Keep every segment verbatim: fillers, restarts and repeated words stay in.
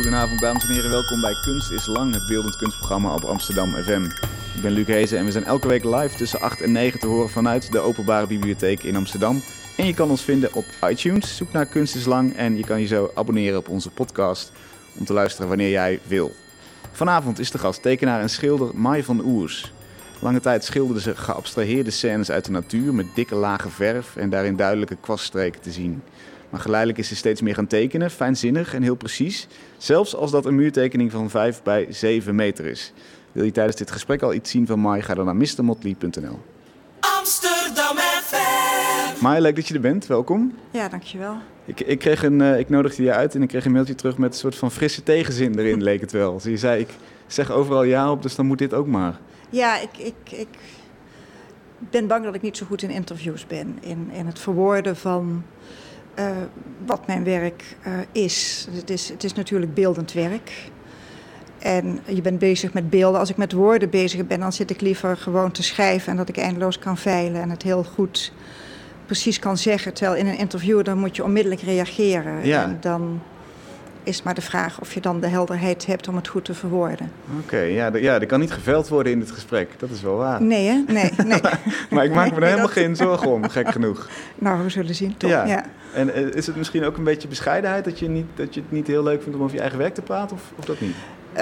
Goedenavond, dames en heren. Welkom bij Kunst is Lang, het beeldend kunstprogramma op Amsterdam F M. Ik ben Luc Hezen en we zijn elke week live tussen acht en negen te horen vanuit de Openbare Bibliotheek in Amsterdam. En je kan ons vinden op iTunes. Zoek naar Kunst is Lang en je kan je zo abonneren op onze podcast om te luisteren wanneer jij wil. Vanavond is de gast tekenaar en schilder Mai van Oers. Lange tijd schilderde ze geabstraheerde scènes uit de natuur met dikke lagen verf en daarin duidelijke kwaststreken te zien. Maar geleidelijk is ze steeds meer gaan tekenen, fijnzinnig en heel precies. Zelfs als dat een muurtekening van vijf bij zeven meter is. Wil je tijdens dit gesprek al iets zien van Mai? Ga dan naar mister motley punt n l. Amsterdam F M. Mai, leuk dat je er bent. Welkom. Ja, dankjewel. Ik, ik, kreeg een, uh, ik nodigde je uit en ik kreeg een mailtje terug met een soort van frisse tegenzin erin, leek het wel. Dus je zei, ik zeg overal ja op, dus dan moet dit ook maar. Ja, ik, ik, ik ben bang dat ik niet zo goed in interviews ben. In, in het verwoorden van uh, wat mijn werk uh, is. Het is. Het is natuurlijk beeldend werk. En je bent bezig met beelden. Als ik met woorden bezig ben, dan zit ik liever gewoon te schrijven en dat ik eindeloos kan veilen en het heel goed precies kan zeggen. Terwijl in een interview, dan moet je onmiddellijk reageren. Ja. En dan is maar de vraag of je dan de helderheid hebt om het goed te verwoorden. Oké, okay, ja, d- ja, er kan niet geveld worden in dit gesprek. Dat is wel waar. Nee, hè? Nee, nee. Maar ik maak me er nee, helemaal dat... geen zorgen om, gek genoeg. Nou, we zullen zien, toch? Ja. Ja. En uh, is het misschien ook een beetje bescheidenheid dat je, niet, dat je het niet heel leuk vindt om over je eigen werk te praten, of, of dat niet?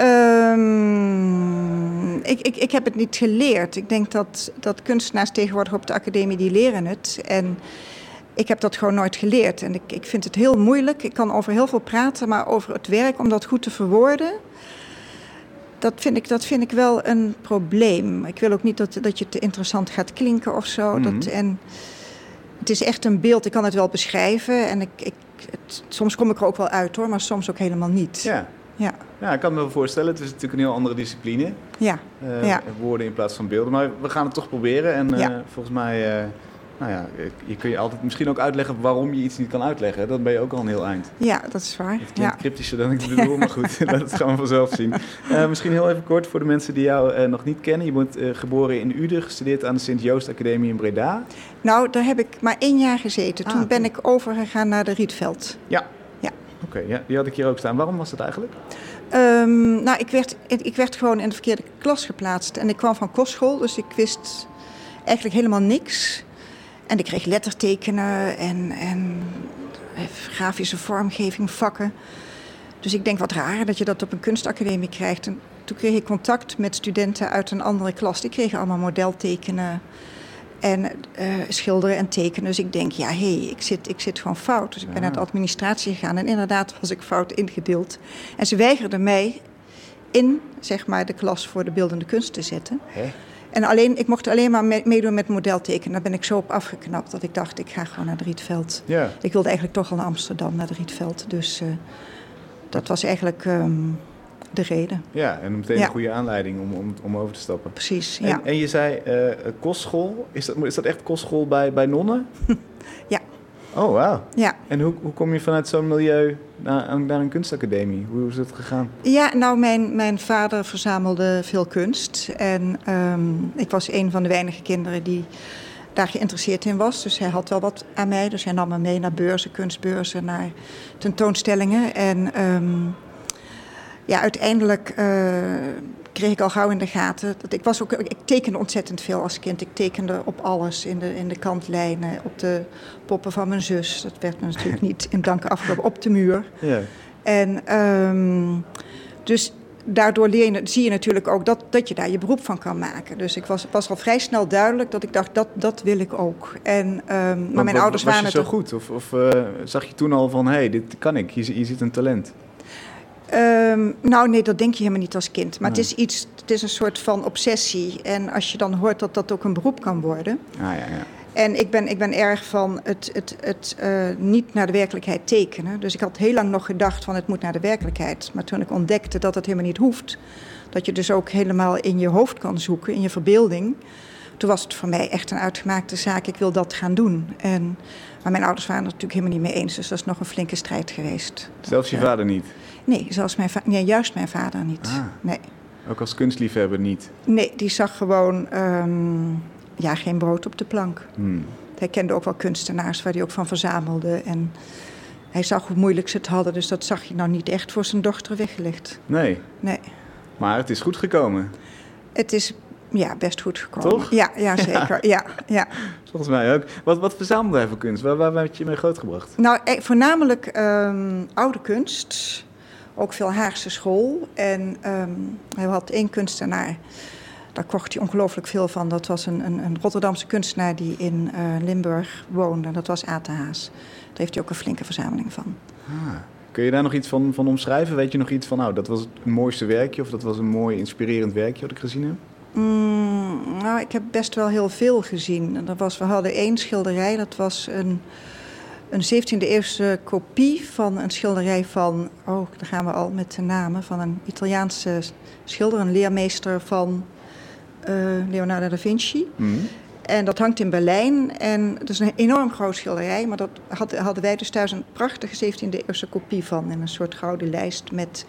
Um, ik, ik, ik heb het niet geleerd. Ik denk dat, dat kunstenaars tegenwoordig op de academie, die leren het. En ik heb dat gewoon nooit geleerd. En ik, ik vind het heel moeilijk. Ik kan over heel veel praten, maar over het werk, om dat goed te verwoorden, dat vind ik, dat vind ik wel een probleem. Ik wil ook niet dat, dat je te interessant gaat klinken of zo. Mm-hmm. Dat, en het is echt een beeld. Ik kan het wel beschrijven. En ik, ik, het, soms kom ik er ook wel uit, hoor, maar soms ook helemaal niet. Ja. Ja. Ja, ik kan me wel voorstellen. Het is natuurlijk een heel andere discipline. Ja. Uh, ja. Woorden in plaats van beelden. Maar we gaan het toch proberen. En uh, ja. volgens mij, uh, nou ja, je kun je altijd misschien ook uitleggen waarom je iets niet kan uitleggen. Dan ben je ook al een heel eind. Ja, dat is waar. Het klinkt ja. cryptischer dan ik bedoel, maar goed, dat gaan we vanzelf zien. Uh, misschien heel even kort voor de mensen die jou uh, nog niet kennen. Je bent uh, geboren in Uden, gestudeerd aan de Sint-Joost Academie in Breda. Nou, daar heb ik maar één jaar gezeten. Toen ah, ben ik overgegaan naar de Rietveld. Ja. Ja. Oké, okay, ja, die had ik hier ook staan. Waarom was dat eigenlijk? Um, nou, ik werd, ik werd gewoon in de verkeerde klas geplaatst. En ik kwam van kostschool, dus ik wist eigenlijk helemaal niks. En ik kreeg lettertekenen en, en grafische vormgeving, vakken. Dus ik denk, wat raar dat je dat op een kunstacademie krijgt. En toen kreeg ik contact met studenten uit een andere klas. Die kregen allemaal modeltekenen en uh, schilderen en tekenen. Dus ik denk, ja, hé, hey, ik, zit, ik zit gewoon fout. Dus ik ben ja. naar de administratie gegaan en inderdaad was ik fout ingedeeld. En ze weigerden mij in, zeg maar, de klas voor de beeldende kunst te zetten. Hè? En alleen, ik mocht alleen maar meedoen met modeltekenen. Daar ben ik zo op afgeknapt dat ik dacht, ik ga gewoon naar de Rietveld. Ja. Ik wilde eigenlijk toch al naar Amsterdam, naar de Rietveld. Dus uh, dat was eigenlijk um, de reden. Ja, en meteen ja. een goede aanleiding om, om, om over te stappen. Precies, en, ja. En je zei uh, kostschool. Is dat, is dat echt kostschool bij, bij nonnen? Ja. Oh, wauw. Ja. En hoe, hoe kom je vanuit zo'n milieu naar, naar een kunstacademie? Hoe is dat gegaan? Ja, nou, mijn, mijn vader verzamelde veel kunst. En um, ik was een van de weinige kinderen die daar geïnteresseerd in was. Dus hij had wel wat aan mij. Dus hij nam me mee naar beurzen, kunstbeurzen, naar tentoonstellingen. En um, ja, uiteindelijk uh, kreeg ik al gauw in de gaten. Dat ik, was ook, ik tekende ontzettend veel als kind. Ik tekende op alles, in de, in de kantlijnen, op de poppen van mijn zus. Dat werd me natuurlijk niet in dank afgelopen, op de muur. Ja. En um, dus daardoor leer je, zie je natuurlijk ook dat, dat je daar je beroep van kan maken. Dus ik was, was al vrij snel duidelijk dat ik dacht, dat, dat wil ik ook. En, um, maar Want, mijn ouders was waren je zo toch goed? Of, of uh, zag je toen al van, hé, hey, dit kan ik, je, je ziet een talent? Um, nou nee, dat denk je helemaal niet als kind. Maar nee. het is iets, het is een soort van obsessie. En als je dan hoort dat dat ook een beroep kan worden. Ah, ja, ja. En ik ben, ik ben erg van het, het, het uh, niet naar de werkelijkheid tekenen. Dus ik had heel lang nog gedacht van het moet naar de werkelijkheid. Maar toen ik ontdekte dat het helemaal niet hoeft. Dat je dus ook helemaal in je hoofd kan zoeken, in je verbeelding. Toen was het voor mij echt een uitgemaakte zaak. Ik wil dat gaan doen. En, maar mijn ouders waren het natuurlijk helemaal niet mee eens. Dus dat is nog een flinke strijd geweest. Zelfs je dat, vader niet? Nee, zelfs mijn va- nee, juist mijn vader niet. Ah, nee. Ook als kunstliefhebber niet? Nee, die zag gewoon um, ja, geen brood op de plank. Hmm. Hij kende ook wel kunstenaars waar hij ook van verzamelde. En hij zag hoe moeilijk ze het hadden, dus dat zag je nou niet echt voor zijn dochter weggelegd. Nee, Nee, maar het is goed gekomen. het is ja, best goed gekomen. Toch? Ja, ja zeker. Ja, ja. Volgens mij ook. Wat, wat verzamelde hij voor kunst? Waar, waar werd je mee grootgebracht? Nou, eh, voornamelijk ehm, oude kunst. Ook veel Haagse school. En ehm, hij had één kunstenaar. Daar kocht hij ongelooflijk veel van. Dat was een, een, een Rotterdamse kunstenaar die in uh, Limburg woonde. Dat was Aad de Haas. Daar heeft hij ook een flinke verzameling van. Ah, kun je daar nog iets van, van omschrijven? Weet je nog iets van, nou, dat was het mooiste werkje... of dat was een mooi inspirerend werkje wat ik gezien heb? Mm, nou, ik heb best wel heel veel gezien. Er was, we hadden één schilderij. Dat was een, een zeventiende-eeuwse kopie van een schilderij van... oh, daar gaan we al met de namen. Van een Italiaanse schilder, een leermeester van uh, Leonardo da Vinci. Mm. En dat hangt in Berlijn. En dat is een enorm groot schilderij. Maar dat had, hadden wij dus thuis een prachtige zeventiende-eeuwse kopie van. In een soort gouden lijst met...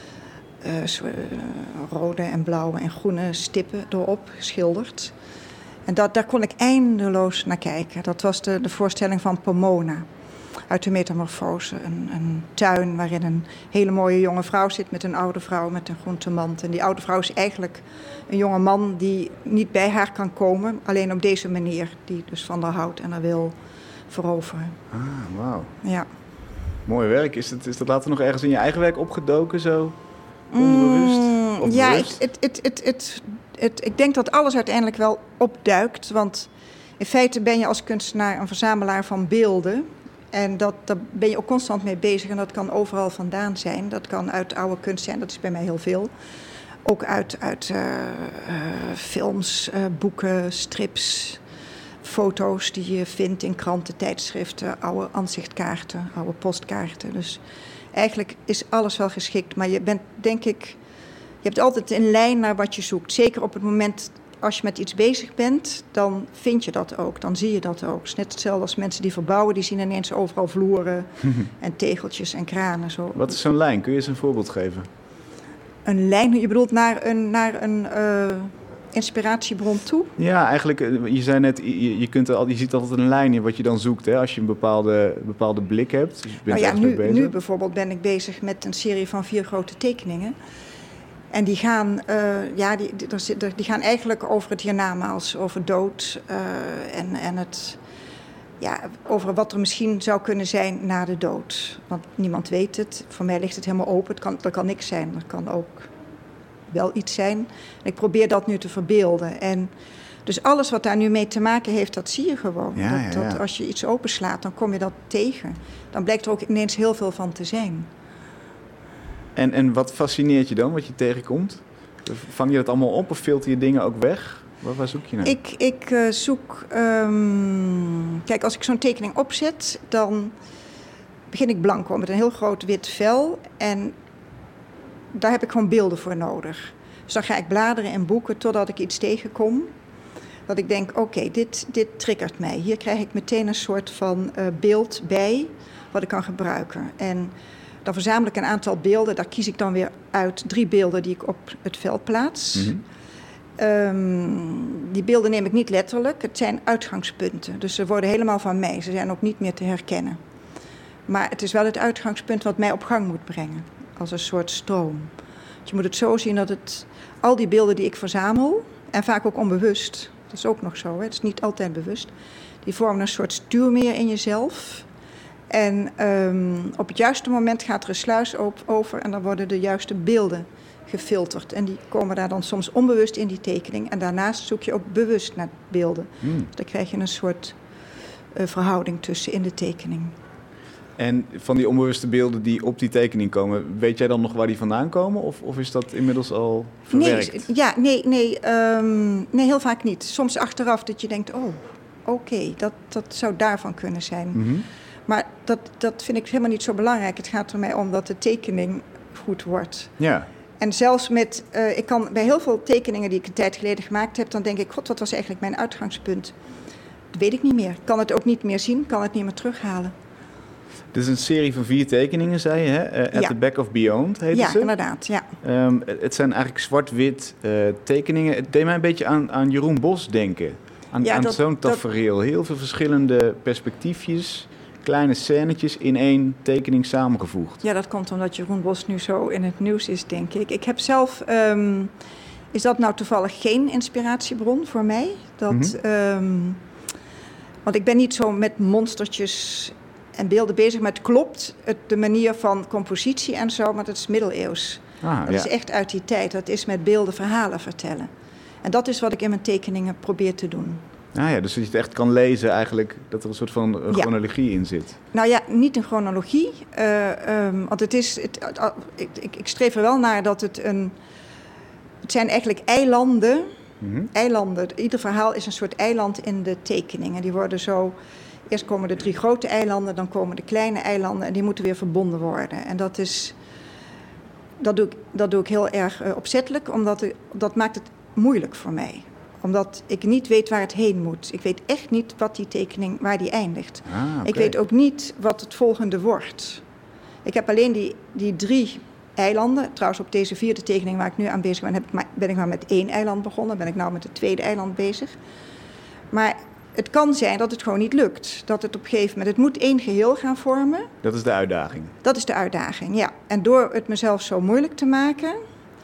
Uh, so, uh, rode en blauwe en groene stippen erop geschilderd. En dat, daar kon ik eindeloos naar kijken. Dat was de, de voorstelling van Pomona uit de Metamorfose. Een, een tuin waarin een hele mooie jonge vrouw zit met een oude vrouw met een groentemand. En die oude vrouw is eigenlijk een jonge man die niet bij haar kan komen. Alleen op deze manier, die dus van haar houdt en haar wil veroveren. Ah, wauw. Ja. Mooi werk. Is dat, is dat later nog ergens in je eigen werk opgedoken zo? Onbewust? Mm, ja, het, het, het, het, het, het, ik denk dat alles uiteindelijk wel opduikt. Want in feite ben je als kunstenaar een verzamelaar van beelden. En dat, daar ben je ook constant mee bezig. En dat kan overal vandaan zijn. Dat kan uit oude kunst zijn, dat is bij mij heel veel. Ook uit, uit uh, uh, films, uh, boeken, strips, foto's die je vindt in kranten, tijdschriften, oude aanzichtkaarten, oude postkaarten. Dus eigenlijk is alles wel geschikt, maar je bent, denk ik, je hebt altijd een lijn naar wat je zoekt. Zeker op het moment als je met iets bezig bent, dan vind je dat ook, dan zie je dat ook. Het is net hetzelfde als mensen die verbouwen, die zien ineens overal vloeren en tegeltjes en kranen. Zo. Wat is zo'n lijn? Kun je eens een voorbeeld geven? Een lijn, je bedoelt naar een, naar een uh, inspiratiebron toe? Ja, eigenlijk, je zei net, je, je, kunt er al, je ziet altijd een lijn in wat je dan zoekt, hè, als je een bepaalde, bepaalde blik hebt. Dus je bent nou ja, nu, nu, bezig. nu bijvoorbeeld ben ik bezig met een serie van vier grote tekeningen. En die gaan, uh, ja, die, die, die gaan eigenlijk over het hiernamaals, over dood uh, en, en het, ja, over wat er misschien zou kunnen zijn na de dood. Want niemand weet het. Voor mij ligt het helemaal open. Het kan, er kan niks zijn. Er kan ook wel iets zijn. En ik probeer dat nu te verbeelden. En dus alles wat daar nu mee te maken heeft, dat zie je gewoon. Ja, dat, ja, ja. dat als je iets openslaat, dan kom je dat tegen. Dan blijkt er ook ineens heel veel van te zijn. En, en wat fascineert je dan, wat je tegenkomt? Vang je dat allemaal op of filter je dingen ook weg? Waar, waar zoek je naar? Ik, ik uh, zoek... Um, kijk, als ik zo'n tekening opzet, dan begin ik blanco met een heel groot wit vel. En daar heb ik gewoon beelden voor nodig. Dus dan ga ik bladeren in boeken totdat ik iets tegenkom. Dat ik denk, oké, okay, dit, dit triggert mij. Hier krijg ik meteen een soort van uh, beeld bij wat ik kan gebruiken. En dan verzamel ik een aantal beelden. Daar kies ik dan weer uit drie beelden die ik op het vel plaats. Mm-hmm. Um, die beelden neem ik niet letterlijk. Het zijn uitgangspunten. Dus ze worden helemaal van mij. Ze zijn ook niet meer te herkennen. Maar het is wel het uitgangspunt wat mij op gang moet brengen. Als een soort stroom. Dus je moet het zo zien dat het... al die beelden die ik verzamel, en vaak ook onbewust, dat is ook nog zo, hè, het is niet altijd bewust, die vormen een soort stuurmeer in jezelf. En um, op het juiste moment gaat er een sluis op, over en dan worden de juiste beelden gefilterd. En die komen daar dan soms onbewust in die tekening. En daarnaast zoek je ook bewust naar beelden. Hmm. Dus dan krijg je een soort uh, verhouding tussen in de tekening. En van die onbewuste beelden die op die tekening komen, weet jij dan nog waar die vandaan komen? Of, of is dat inmiddels al verwerkt? Nee, ja, nee, nee, um, nee, heel vaak niet. Soms achteraf dat je denkt, oh, oké, okay, dat, dat zou daarvan kunnen zijn. Mm-hmm. Maar dat, dat vind ik helemaal niet zo belangrijk. Het gaat er mij om dat de tekening goed wordt. Ja. En zelfs met, uh, ik kan bij heel veel tekeningen die ik een tijd geleden gemaakt heb, dan denk ik, god, wat was eigenlijk mijn uitgangspunt? Dat weet ik niet meer. Ik kan het ook niet meer zien, kan het niet meer terughalen. Dit is een serie van vier tekeningen, zei je, hè? Uh, At ja. the Back of Beyond heet ja, ze. Ja, inderdaad, ja. Um, het zijn eigenlijk zwart-wit uh, tekeningen. Het deed mij een beetje aan, aan Jeroen Bos denken. Aan, Ja, aan dat, zo'n tafereel. Heel veel verschillende perspectiefjes. kleine scènetjes in één tekening samengevoegd. Ja, dat komt omdat Jeroen Bos nu zo in het nieuws is, denk ik. Ik heb zelf... Um, is dat nou toevallig geen inspiratiebron voor mij? Dat, mm-hmm. um, want ik ben niet zo met monstertjes en beelden bezig. Maar het klopt, het, de manier van compositie en zo, maar dat is middeleeuws. Ah, dat ja. is echt uit die tijd. Dat is met beelden verhalen vertellen. En dat is wat ik in mijn tekeningen probeer te doen. Ah ja, dus dat je het echt kan lezen eigenlijk, dat er een soort van uh, chronologie ja. in zit. Nou ja, niet een chronologie. Uh, um, want het is, het, uh, ik, ik, ik streef er wel naar dat het een... Het zijn eigenlijk eilanden. Mm-hmm. Eilanden. Ieder verhaal is een soort eiland in de tekeningen. Die worden zo... Eerst komen de drie grote eilanden, dan komen de kleine eilanden... en die moeten weer verbonden worden. En dat is... Dat doe ik, dat doe ik heel erg uh, opzettelijk, omdat het, dat maakt het moeilijk voor mij. Omdat ik niet weet waar het heen moet. Ik weet echt niet wat die tekening, waar die eindigt. Ah, okay. Ik weet ook niet wat het volgende wordt. Ik heb alleen die, die drie eilanden. Trouwens, op deze vierde tekening waar ik nu aan bezig ben, heb ik maar, ben ik maar met één eiland begonnen. Ben ik nou met het tweede eiland bezig. Maar het kan zijn dat het gewoon niet lukt. Dat het op een gegeven moment... Het moet één geheel gaan vormen. Dat is de uitdaging. Dat is de uitdaging, ja. En door het mezelf zo moeilijk te maken...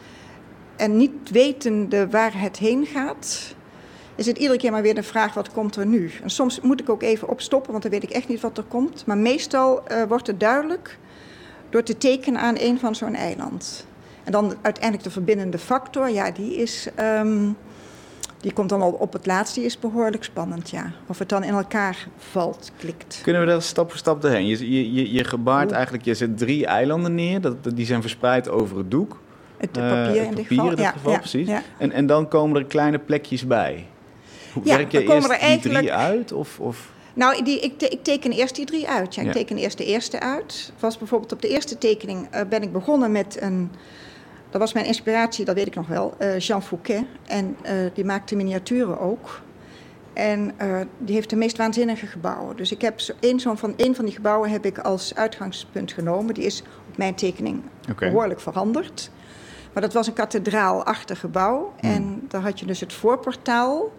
en niet wetende waar het heen gaat... is het iedere keer maar weer de vraag, wat komt er nu? En soms moet ik ook even opstoppen, want dan weet ik echt niet wat er komt. Maar meestal uh, wordt het duidelijk door te tekenen aan een van zo'n eiland. En dan uiteindelijk de verbindende factor, ja, die is... Um, die komt dan al op het laatst, die is behoorlijk spannend, ja. Of het dan in elkaar valt, klikt. Kunnen we daar stap voor stap doorheen? Je, je, je gebaart eigenlijk, je zet drie eilanden neer, dat, die zijn verspreid over het doek. Het papier uh, in dit geval. in dit ja, geval, ja, precies. Ja. En, en dan komen er kleine plekjes bij. Hoe ja, werk je eerst die eigenlijk... drie uit? Of, of? Nou, die, ik, te, ik teken eerst die drie uit. Ja, ik ja. teken eerst de eerste uit. Was bijvoorbeeld op de eerste tekening uh, ben ik begonnen met een... Dat was mijn inspiratie, dat weet ik nog wel, uh, Jean Fouquet. En uh, die maakte miniaturen ook. En uh, die heeft de meest waanzinnige gebouwen. Dus ik heb zo, een, zo van, een van die gebouwen heb ik als uitgangspunt genomen. Die is op mijn tekening okay. behoorlijk veranderd. Maar dat was een kathedraalachtig gebouw. Hmm. En daar had je dus het voorportaal.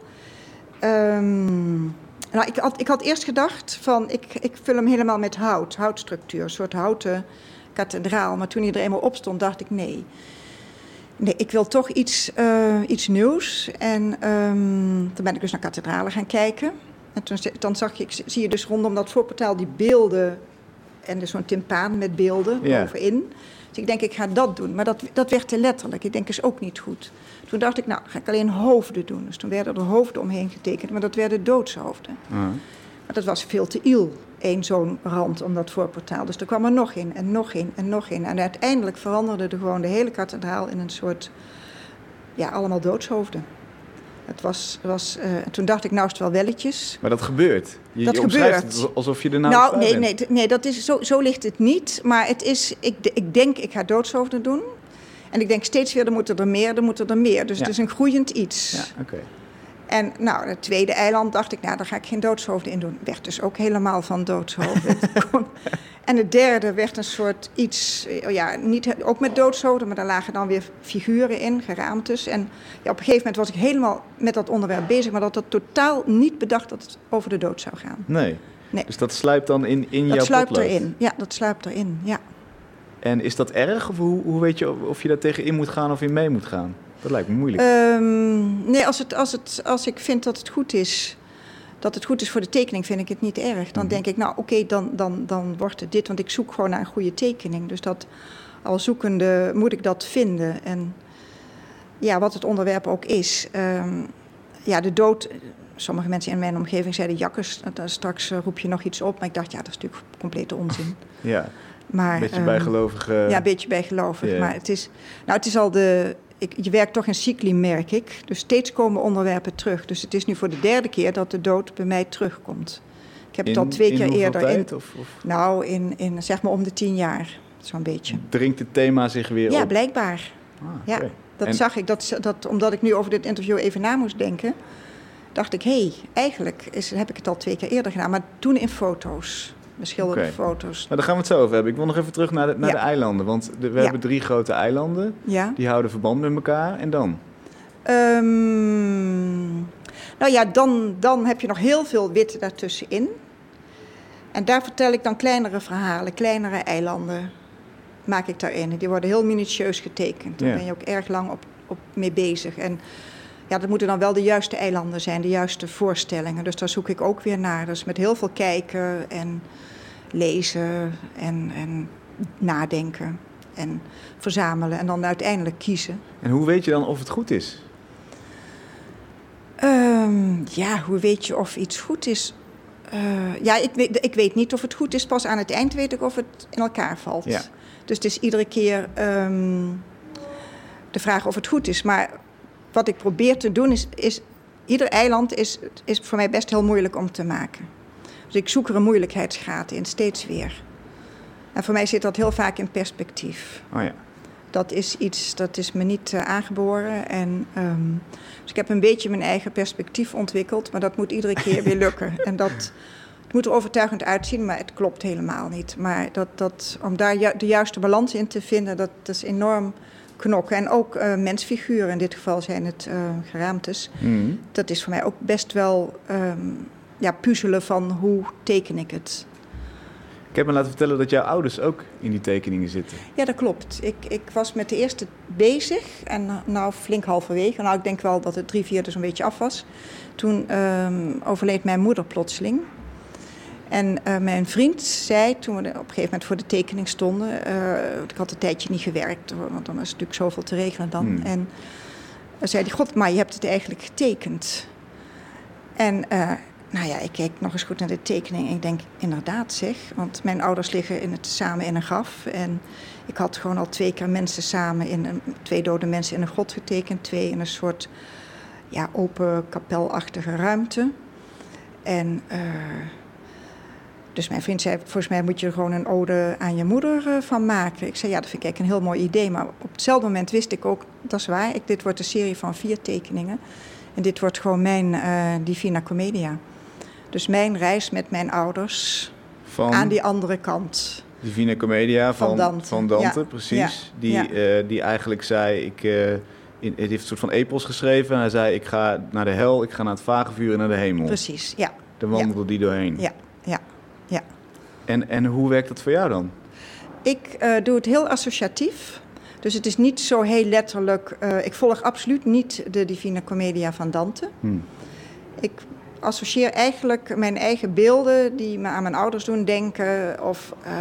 Um, nou, ik, had, ik had eerst gedacht van, ik, ik vul hem helemaal met hout, houtstructuur. Een soort houten kathedraal. Maar toen hij er eenmaal op stond, dacht ik nee. Nee, ik wil toch iets, uh, iets nieuws. En um, toen ben ik dus naar kathedralen gaan kijken. En toen dan zag je, zie je dus rondom dat voorportaal die beelden. En dus zo'n timpaan met beelden yeah. bovenin. Dus ik denk, ik ga dat doen. Maar dat, dat werd te letterlijk. Ik denk, is ook niet goed. Toen dacht ik, nou, ga ik alleen hoofden doen. Dus toen werden er hoofden omheen getekend. Maar dat werden doodshoofden. Uh-huh. Maar dat was veel te iel. Eén zo'n rand om dat voorportaal. Dus er kwam er nog in en nog in en nog in. En uiteindelijk veranderde er gewoon de hele kathedraal in een soort... Ja, allemaal doodshoofden. Het was, was, uh, toen dacht ik, nou is het wel welletjes. Maar dat gebeurt? Je, dat je gebeurt. Het alsof je er nou, nou nee, bent. nee, nee, dat is, zo, zo ligt het niet. Maar het is, ik, ik denk, ik ga doodshoofden doen. En ik denk steeds weer, er moeten er meer, er moeten er meer. Dus ja. het is een groeiend iets. Ja, oké. Okay. En nou, het tweede eiland dacht ik, nou, daar ga ik geen doodshoofden in doen. Werd dus ook helemaal van doodshoofden. En het derde werd een soort iets, ja, niet, ook met doodshoofden, maar daar lagen dan weer figuren in, geraamtes. En ja, op een gegeven moment was ik helemaal met dat onderwerp bezig, maar dat had totaal niet bedacht dat het over de dood zou gaan. Nee. nee. Dus dat sluipt dan in, in dat jouw sluipt potlood? Erin. Ja, dat sluipt erin, ja. En is dat erg? Of hoe, hoe weet je of je daar tegenin moet gaan of in mee moet gaan? Dat lijkt me moeilijk. Um, nee, als, het, als, het, als ik vind dat het goed is, dat het goed is voor de tekening, vind ik het niet erg. Dan mm-hmm. denk ik, nou oké, okay, dan, dan, dan wordt het dit. Want ik zoek gewoon naar een goede tekening. Dus dat, al zoekende moet ik dat vinden. En ja, wat het onderwerp ook is. Um, ja, de dood. Sommige mensen in mijn omgeving zeiden, jakkes, straks roep je nog iets op. Maar ik dacht, ja, dat is natuurlijk complete onzin. Ja, maar, een beetje um, bijgelovig. Uh... Ja, een beetje bijgelovig. Yeah. Maar het is, nou, het is al de... Ik, je werkt toch in cycli, merk ik. Dus steeds komen onderwerpen terug. Dus het is nu voor de derde keer dat de dood bij mij terugkomt. Ik heb het in, al twee in keer eerder. Tijd, in, of, of? Nou, in, in zeg maar om de tien jaar. Zo'n beetje. Dringt het thema zich weer ja, op? Blijkbaar. Ah, ja, blijkbaar. Dat en... zag ik. Dat, dat, omdat ik nu over dit interview even na moest denken, dacht ik, hé, hey, eigenlijk is, heb ik het al twee keer eerder gedaan. Maar toen in foto's. Beschilderde okay. foto's. Nou, daar gaan we het zo over hebben. Ik wil nog even terug naar de, naar ja. de eilanden. Want de, we ja. hebben drie grote eilanden. Ja. Die houden verband met elkaar. En dan? Um, nou ja, dan, dan heb je nog heel veel wit daartussenin. En daar vertel ik dan kleinere verhalen, kleinere eilanden maak ik daarin. Die worden heel minutieus getekend. Daar Ja. ben je ook erg lang op, op mee bezig. En ja, dat moeten dan wel de juiste eilanden zijn, de juiste voorstellingen. Dus daar zoek ik ook weer naar. Dus met heel veel kijken en lezen en, en nadenken en verzamelen en dan uiteindelijk kiezen. En hoe weet je dan of het goed is? Um, ja, hoe weet je of iets goed is? Uh, ja, ik weet, ik weet niet of het goed is. Pas aan het eind weet ik of het in elkaar valt. Ja. Dus het is iedere keer um, de vraag of het goed is. Maar wat ik probeer te doen is... is ieder eiland is, is voor mij best heel moeilijk om te maken. Dus ik zoek er een moeilijkheidsgraad in, steeds weer. En voor mij zit dat heel vaak in perspectief. Oh ja. Dat is iets, dat is me niet uh, aangeboren. En, um, dus ik heb een beetje mijn eigen perspectief ontwikkeld. Maar dat moet iedere keer weer lukken. En dat het moet er overtuigend uitzien, maar het klopt helemaal niet. Maar dat, dat, om daar ju- de juiste balans in te vinden, dat, dat is enorm knokken. En ook uh, mensfiguren, in dit geval zijn het uh, geraamtes. Mm. Dat is voor mij ook best wel um, ja, puzzelen van hoe teken ik het. Ik heb me laten vertellen dat jouw ouders ook in die tekeningen zitten. Ja, dat klopt. Ik, ik was met de eerste bezig en nou flink halverwege. Nou, ik denk wel dat het drie vierde zo'n beetje af was. Toen um, overleed mijn moeder plotseling. En uh, mijn vriend zei, toen we op een gegeven moment voor de tekening stonden... Uh, ik had een tijdje niet gewerkt, want dan is natuurlijk zoveel te regelen dan. Hmm. En uh, zei hij, god, maar je hebt het eigenlijk getekend. En... Uh, Nou ja, ik keek nog eens goed naar de tekening en ik denk, inderdaad zeg. Want mijn ouders liggen in het, samen in een graf. En ik had gewoon al twee keer mensen samen, in een, twee dode mensen in een grot getekend. Twee in een soort ja, open kapelachtige ruimte. En uh, dus mijn vriend zei, volgens mij moet je er gewoon een ode aan je moeder uh, van maken. Ik zei, ja, dat vind ik eigenlijk een heel mooi idee. Maar op hetzelfde moment wist ik ook, dat is waar, ik, dit wordt een serie van vier tekeningen. En dit wordt gewoon mijn uh, Divina Commedia. Dus mijn reis met mijn ouders van aan die andere kant. Divina Commedia van, van Dante, van Dante ja. precies. Ja. Die, ja. Uh, die eigenlijk zei, ik, uh, in, het heeft een soort van epos geschreven. En hij zei, ik ga naar de hel, ik ga naar het vagevuur en naar de hemel. Precies, ja. Daar wandelde ja. die doorheen. Ja, ja, ja. En, en hoe werkt dat voor jou dan? Ik uh, doe het heel associatief. Dus het is niet zo heel letterlijk... Uh, ik volg absoluut niet de Divina Commedia van Dante. Hmm. Ik associeer eigenlijk mijn eigen beelden die me aan mijn ouders doen denken... of, uh,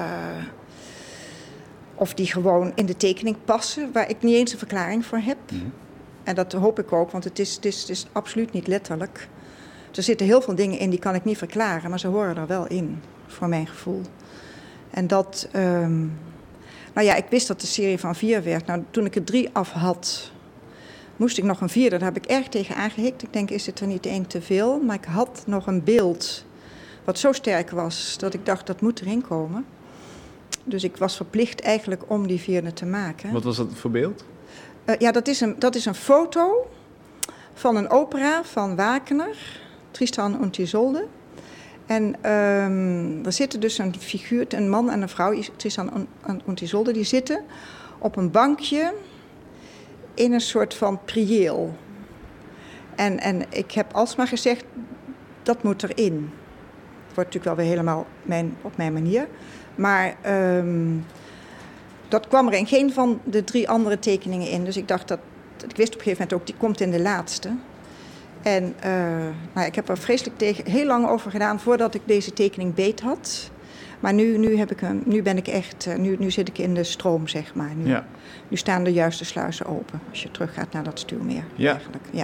of die gewoon in de tekening passen... waar ik niet eens een verklaring voor heb. Hmm. En dat hoop ik ook, want het is, het, is, het is absoluut niet letterlijk. Er zitten heel veel dingen in die kan ik niet verklaren... maar ze horen er wel in, voor mijn gevoel. En dat... Um, Nou ja, ik wist dat de serie van vier werd. Nou, toen ik er drie af had, moest ik nog een vierde. Daar heb ik erg tegen aangehikt. Ik denk, is het er niet één te veel? Maar ik had nog een beeld wat zo sterk was dat ik dacht, dat moet erin komen. Dus ik was verplicht eigenlijk om die vierde te maken. Wat was dat voor beeld? Uh, ja, dat is, een, dat is een foto van een opera van Wagner, Tristan und Isolde. En um, er zitten dus een figuur, een man en een vrouw, Tristan und Isolde, die zitten op een bankje in een soort van priëel. En, en ik heb alsmaar gezegd, dat moet erin. Het wordt natuurlijk wel weer helemaal mijn, op mijn manier. Maar um, dat kwam er in geen van de drie andere tekeningen in. Dus ik dacht dat, ik wist op een gegeven moment ook, die komt in de laatste. En uh, nou, ik heb er vreselijk tegen, heel lang over gedaan voordat ik deze tekening beet had. Maar nu, nu, heb ik hem, nu ben ik echt, uh, nu, nu zit ik in de stroom, zeg maar. Nu, ja. nu staan de juiste sluizen open als je teruggaat naar dat stuwmeer. Ja. Eigenlijk. Ja.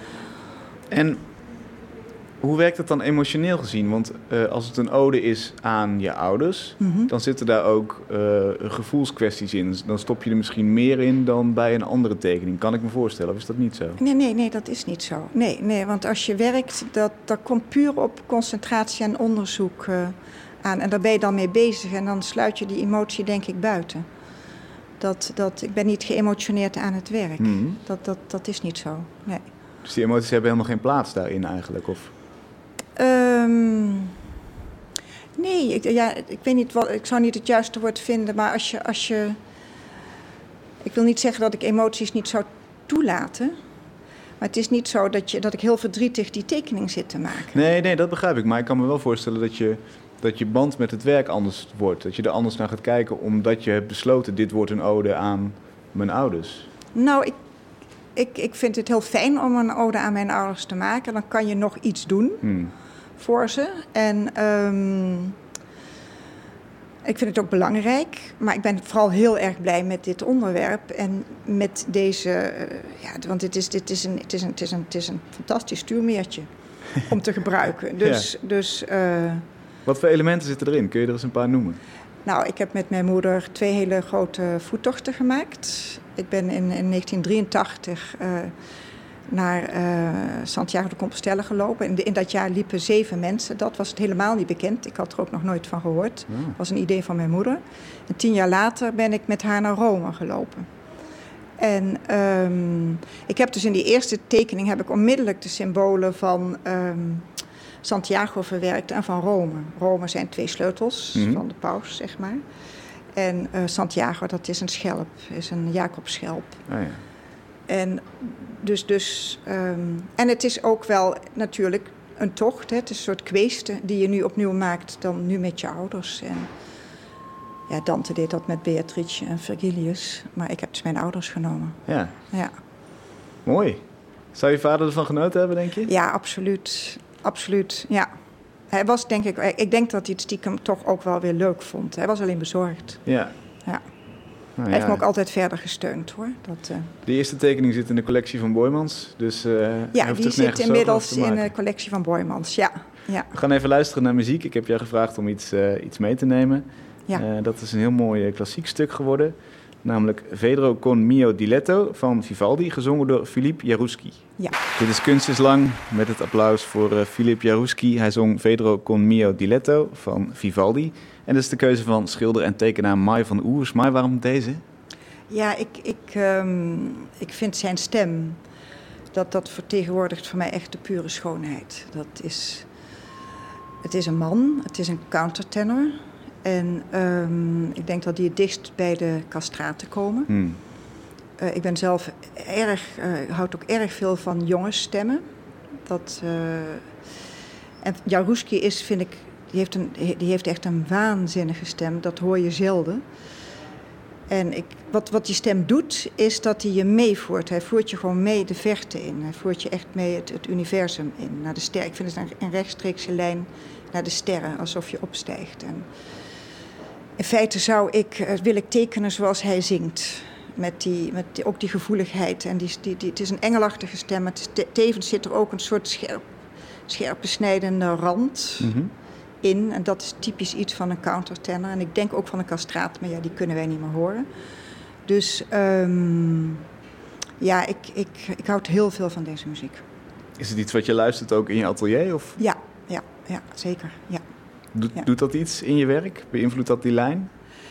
En hoe werkt het dan emotioneel gezien? Want uh, als het een ode is aan je ouders, mm-hmm. dan zitten daar ook uh, gevoelskwesties in. Dan stop je er misschien meer in dan bij een andere tekening. Kan ik me voorstellen, of is dat niet zo? Nee, nee, nee, dat is niet zo. Nee, nee, want als je werkt, dat, dat komt puur op concentratie en onderzoek uh, aan. En daar ben je dan mee bezig en dan sluit je die emotie denk ik buiten. Dat, dat, ik ben niet geëmotioneerd aan het werk. Mm-hmm. Dat, dat, dat is niet zo, nee. Dus die emoties hebben helemaal geen plaats daarin eigenlijk, of... Um, nee, ik, ja, ik weet niet wat, ik zou niet het juiste woord vinden, maar als je, als je... Ik wil niet zeggen dat ik emoties niet zou toelaten, maar het is niet zo dat, je, dat ik heel verdrietig die tekening zit te maken. Nee, nee, dat begrijp ik, maar ik kan me wel voorstellen dat je dat je band met het werk anders wordt. Dat je er anders naar gaat kijken omdat je hebt besloten... dit wordt een ode aan mijn ouders. Nou, ik, ik, ik vind het heel fijn om een ode aan mijn ouders te maken. Dan kan je nog iets doen hmm. voor ze. En um, ik vind het ook belangrijk. Maar ik ben vooral heel erg blij met dit onderwerp. En met deze... Uh, ja, want dit is, dit is, een, het is, een, het is, een, het is een fantastisch stuurmeertje om te gebruiken. Dus... ja. dus uh, Wat voor elementen zitten erin? Kun je er eens een paar noemen? Nou, ik heb met mijn moeder twee hele grote voettochten gemaakt. Ik ben in, in negentien drieëntachtig uh, naar uh, Santiago de Compostela gelopen. In, de, in dat jaar liepen zeven mensen. Dat was het helemaal niet bekend. Ik had er ook nog nooit van gehoord. Dat oh. was een idee van mijn moeder. En tien jaar later ben ik met haar naar Rome gelopen. En um, ik heb dus in die eerste tekening heb ik onmiddellijk de symbolen van... Um, Santiago verwerkt en van Rome. Rome zijn twee sleutels mm-hmm. van de paus, zeg maar. En uh, Santiago, dat is een schelp, is een Jacobsschelp. Oh ja. En dus, dus um, en het is ook wel natuurlijk een tocht. Hè? Het is een soort kweeste die je nu opnieuw maakt, dan nu met je ouders. En ja, Dante deed dat met Beatrice en Virgilius, maar ik heb dus mijn ouders genomen. Ja. Ja. Mooi. Zou je vader ervan genoten hebben, denk je? Ja, absoluut. Absoluut, ja. Hij was, denk ik, ik denk dat hij het stiekem toch ook wel weer leuk vond. Hij was alleen bezorgd. Ja. ja. Nou, hij ja. heeft me ook altijd verder gesteund, hoor. Dat, uh... De eerste tekening zit in de collectie van Boijmans. Dus, uh, ja, die zit inmiddels in de collectie van Boijmans, ja. ja. We gaan even luisteren naar muziek. Ik heb jou gevraagd om iets, uh, iets mee te nemen. Ja. Uh, dat is een heel mooi uh, klassiek stuk geworden. Namelijk Vedro con mio diletto van Vivaldi, gezongen door Philippe Jarouski. Ja. Dit is Kunst is Lang, met het applaus voor uh, Philippe Jarouski. Hij zong Vedro con mio diletto van Vivaldi. En dat is de keuze van schilder en tekenaar Mai van Oers. Mai, waarom deze? Ja, ik, ik, um, ik vind zijn stem, dat, dat vertegenwoordigt voor mij echt de pure schoonheid. Dat is, het is een man, het is een countertenor. En um, ik denk dat die het dichtst bij de castraten komen. Hmm. Uh, ik ben zelf erg, uh, houd ook erg veel van jongensstemmen. Dat, uh, en Jarouski is, vind ik, die heeft, een, die heeft echt een waanzinnige stem. Dat hoor je zelden. En ik, wat, wat die stem doet, is dat hij je meevoert. Hij voert je gewoon mee de verte in. Hij voert je echt mee het, het universum in, naar de sterren. Ik vind het een, een rechtstreekse lijn naar de sterren, alsof je opstijgt. En in feite zou ik, wil ik tekenen zoals hij zingt. Met, die, met die, ook die gevoeligheid. En die, die, die, het is een engelachtige stem. Het is te, tevens zit er ook een soort scherp, scherpe snijdende rand mm-hmm. in. En dat is typisch iets van een countertenor. En ik denk ook van een castraat, maar ja, die kunnen wij niet meer horen. Dus um, ja, ik, ik, ik houd heel veel van deze muziek. Is het iets wat je luistert ook in je atelier? Of? Ja, ja, ja, zeker. Ja. Doet, ja. doet dat iets in je werk? Beïnvloedt dat die lijn?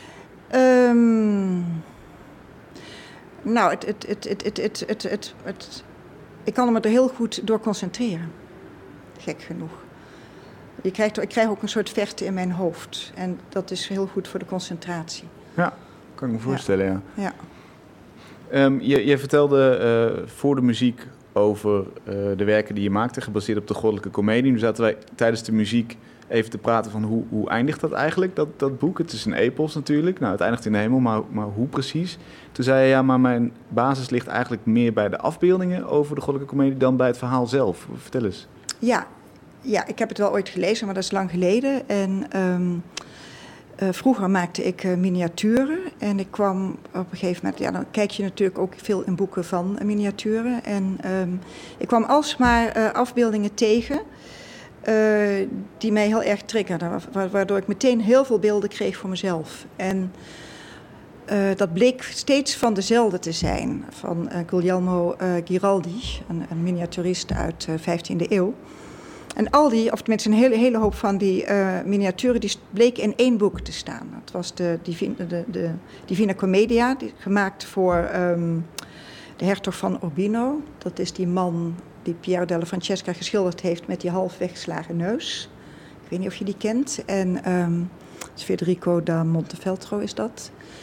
Um, nou, het, het, het, het, het, het, het, het, het, ik kan me er heel goed door concentreren. Gek genoeg. Je krijgt, ik krijg ook een soort verte in mijn hoofd. En dat is heel goed voor de concentratie. Ja, kan ik me voorstellen, ja. ja. ja. Um, je, je vertelde uh, voor de muziek over uh, de werken die je maakte, gebaseerd op de Goddelijke Komedie. Nu zaten wij tijdens de muziek even te praten van hoe, hoe eindigt dat eigenlijk, dat, dat boek? Het is een epos natuurlijk. Nou, het eindigt in de hemel, maar, maar hoe precies? Toen zei je, ja, maar mijn basis ligt eigenlijk meer bij de afbeeldingen over de Goddelijke Komedie dan bij het verhaal zelf. Vertel eens. Ja, ja, ik heb het wel ooit gelezen, maar dat is lang geleden. En um, uh, vroeger maakte ik uh, miniaturen. En ik kwam op een gegeven moment, ja, dan kijk je natuurlijk ook veel in boeken van uh, miniaturen. En um, ik kwam alsmaar uh, afbeeldingen tegen Uh, die mij heel erg triggerden, waardoor ik meteen heel veel beelden kreeg voor mezelf. En uh, dat bleek steeds van dezelfde te zijn, van uh, Guglielmo uh, Giraldi, een, een miniaturist uit de uh, vijftiende eeuw. En al die, of tenminste een hele, hele hoop van die uh, miniaturen, die bleken in één boek te staan. Dat was de, Divina, de, de Divina Commedia, die, gemaakt voor um, de hertog van Urbino. Dat is die man die Piero della Francesca geschilderd heeft met die half weggeslagen neus. Ik weet niet of je die kent. En um, Federico da Montefeltro is dat.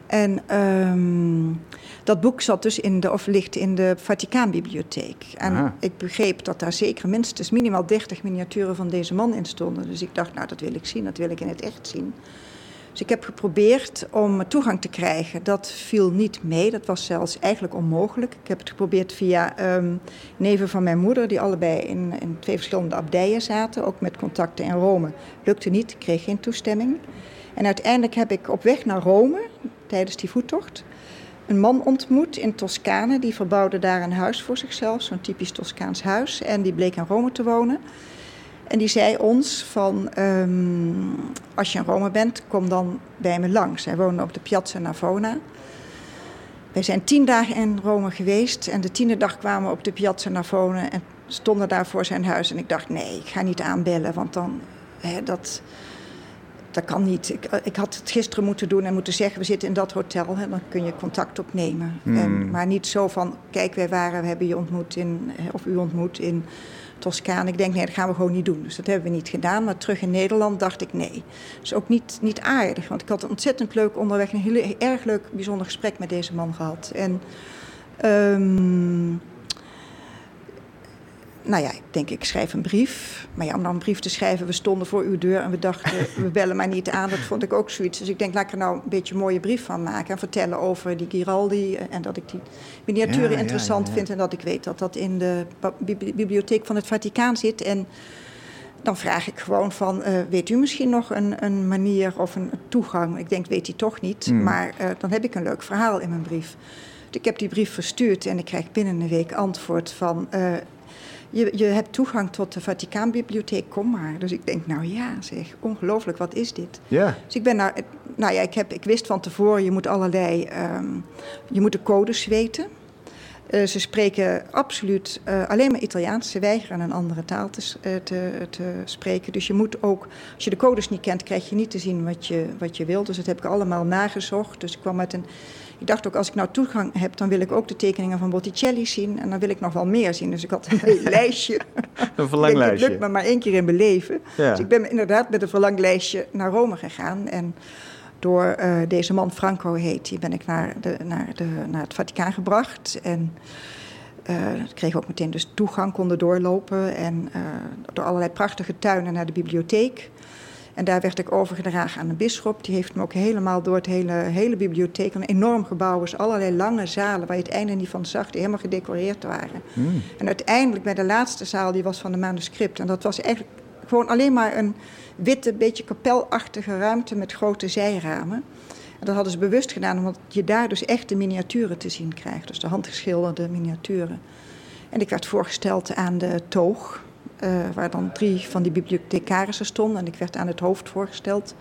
En um, dat boek zat dus in de, of ligt in de Vaticaanbibliotheek. En Aha. ik begreep dat daar zeker minstens minimaal dertig miniaturen van deze man in stonden. Dus ik dacht, nou, dat wil ik zien, dat wil ik in het echt zien. Dus ik heb geprobeerd om toegang te krijgen. Dat viel niet mee, dat was zelfs eigenlijk onmogelijk. Ik heb het geprobeerd via um, neven van mijn moeder, die allebei in, in twee verschillende abdijen zaten. Ook met contacten in Rome. Lukte niet, ik kreeg geen toestemming. En uiteindelijk heb ik op weg naar Rome, tijdens die voettocht, een man ontmoet in Toscane. Die verbouwde daar een huis voor zichzelf, zo'n typisch Toscaans huis. En die bleek in Rome te wonen. En die zei ons van, um, als je in Rome bent, kom dan bij me langs. Hij woonde op de Piazza Navona. Wij zijn tien dagen in Rome geweest en de tiende dag kwamen we op de Piazza Navona en stonden daar voor zijn huis. En ik dacht, nee, ik ga niet aanbellen, want dan, hè, dat, dat kan niet. Ik, ik had het gisteren moeten doen en moeten zeggen, we zitten in dat hotel, hè, dan kun je contact opnemen. Hmm. En, maar niet zo van, kijk, wij waren, we hebben je ontmoet in, of u ontmoet in Toscane. Ik denk, nee, dat gaan we gewoon niet doen. Dus dat hebben we niet gedaan. Maar terug in Nederland dacht ik, nee. Dat is ook niet, niet aardig. Want ik had een ontzettend leuk onderweg, een heel erg leuk, bijzonder gesprek met deze man gehad. En, um, nou ja, ik denk, ik schrijf een brief. Maar ja, om dan een brief te schrijven, we stonden voor uw deur en we dachten, we bellen maar niet aan. Dat vond ik ook zoiets. Dus ik denk, laat ik er nou een beetje een mooie brief van maken. En vertellen over die Giraldi. En dat ik die miniaturen ja, interessant ja, ja, ja. vind. En dat ik weet dat dat in de bibliotheek van het Vaticaan zit. En dan vraag ik gewoon van, uh, weet u misschien nog een, een manier of een toegang? Ik denk, weet hij toch niet. Hmm. Maar uh, dan heb ik een leuk verhaal in mijn brief. Dus ik heb die brief verstuurd en ik krijg binnen een week antwoord van, Uh, Je, je hebt toegang tot de Vaticaanbibliotheek, kom maar. Dus ik denk, nou ja, zeg, ongelooflijk, wat is dit? Ja. Dus ik ben naar, nou ja, ik, heb, ik wist van tevoren, je moet allerlei, um, je moet de codes weten. Uh, ze spreken absoluut uh, alleen maar Italiaans. Ze weigeren een andere taal te, uh, te, te spreken. Dus je moet ook, als je de codes niet kent, krijg je niet te zien wat je, wat je wilt. Dus dat heb ik allemaal nagezocht. Dus ik kwam met een, ik dacht ook, als ik nou toegang heb, dan wil ik ook de tekeningen van Botticelli zien. En dan wil ik nog wel meer zien. Dus ik had een heel lijstje. Een verlanglijstje. Het lukt me maar één keer in mijn leven. Ja. Dus ik ben inderdaad met een verlanglijstje naar Rome gegaan. En door uh, deze man, Franco heet, die ben ik naar, de, naar, de, naar het Vaticaan gebracht. En uh, kreeg ook meteen dus toegang, konden doorlopen. En uh, door allerlei prachtige tuinen naar de bibliotheek. En daar werd ik overgedragen aan een bisschop. Die heeft me ook helemaal door het hele, hele bibliotheek, een enorm gebouw is, allerlei lange zalen waar je het einde niet van zag, die helemaal gedecoreerd waren. Mm. En uiteindelijk bij de laatste zaal, die was van de manuscript. En dat was eigenlijk gewoon alleen maar een witte, beetje kapelachtige ruimte met grote zijramen. En dat hadden ze bewust gedaan, omdat je daar dus echt de miniaturen te zien krijgt. Dus de handgeschilderde miniaturen. En ik werd voorgesteld aan de toog, Uh, waar dan drie van die bibliothecarissen stonden. En ik werd aan het hoofd voorgesteld.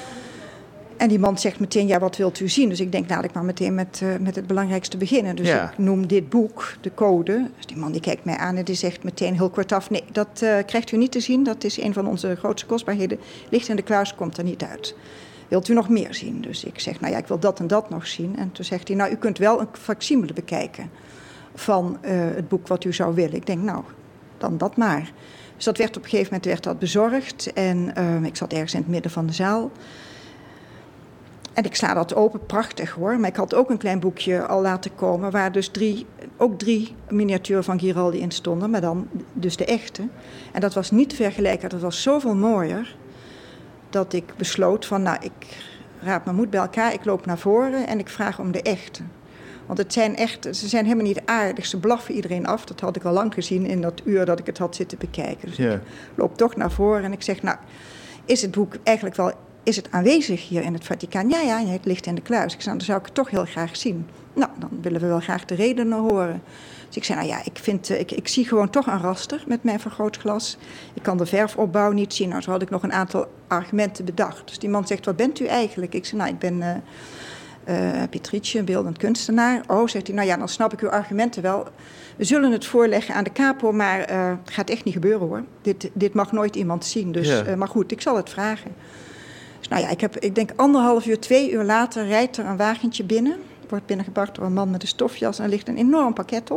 En die man zegt meteen, ja, wat wilt u zien? Dus ik denk, laat ik maar meteen met, uh, met het belangrijkste beginnen. Dus ja. ik noem dit boek, de code. Dus die man die kijkt mij aan en die zegt meteen heel kortaf, nee, dat uh, krijgt u niet te zien. Dat is een van onze grootste kostbaarheden. Ligt in de kluis, komt er niet uit. Wilt u nog meer zien? Dus ik zeg, nou ja, ik wil dat en dat nog zien. En toen zegt hij, nou, u kunt wel een facsimile bekijken van uh, het boek wat u zou willen. Ik denk, nou, dan dat maar. Dus dat werd op een gegeven moment werd dat bezorgd. En uh, ik zat ergens in het midden van de zaal. En ik sla dat open, prachtig hoor. Maar ik had ook een klein boekje al laten komen, waar dus drie, ook drie miniaturen van Giraldi in stonden. Maar dan dus de echte. En dat was niet te vergelijken. Dat was zoveel mooier. Dat ik besloot van, nou, ik raap mijn moed bij elkaar. Ik loop naar voren en ik vraag om de echte. Want het zijn echt, ze zijn helemaal niet aardig. Ze blaffen iedereen af. Dat had ik al lang gezien in dat uur dat ik het had zitten bekijken. Dus ja. ik loop toch naar voren en ik zeg, nou, is het boek eigenlijk wel, is het aanwezig hier in het Vaticaan? Ja, ja, het ligt in de kluis. Ik zei, dan zou ik het toch heel graag zien. Nou, dan willen we wel graag de redenen horen. Dus ik zei, nou ja, ik, vind, ik, ik zie gewoon toch een raster met mijn vergrootglas. Ik kan de verfopbouw niet zien. Nou, zo had ik nog een aantal argumenten bedacht. Dus die man zegt, wat bent u eigenlijk? Ik zei, nou, ik ben Uh, Uh, Pietrietje, een beeldend kunstenaar. Oh, zegt hij, nou ja, dan snap ik uw argumenten wel. We zullen het voorleggen aan de capo, maar uh, het gaat echt niet gebeuren hoor. Dit, dit mag nooit iemand zien, dus, ja. uh, maar goed, ik zal het vragen. Dus nou ja, ik, heb, ik denk anderhalf uur, twee uur later rijdt er een wagentje binnen. Wordt binnengebracht door een man met een stofjas en er ligt een enorm pakket op.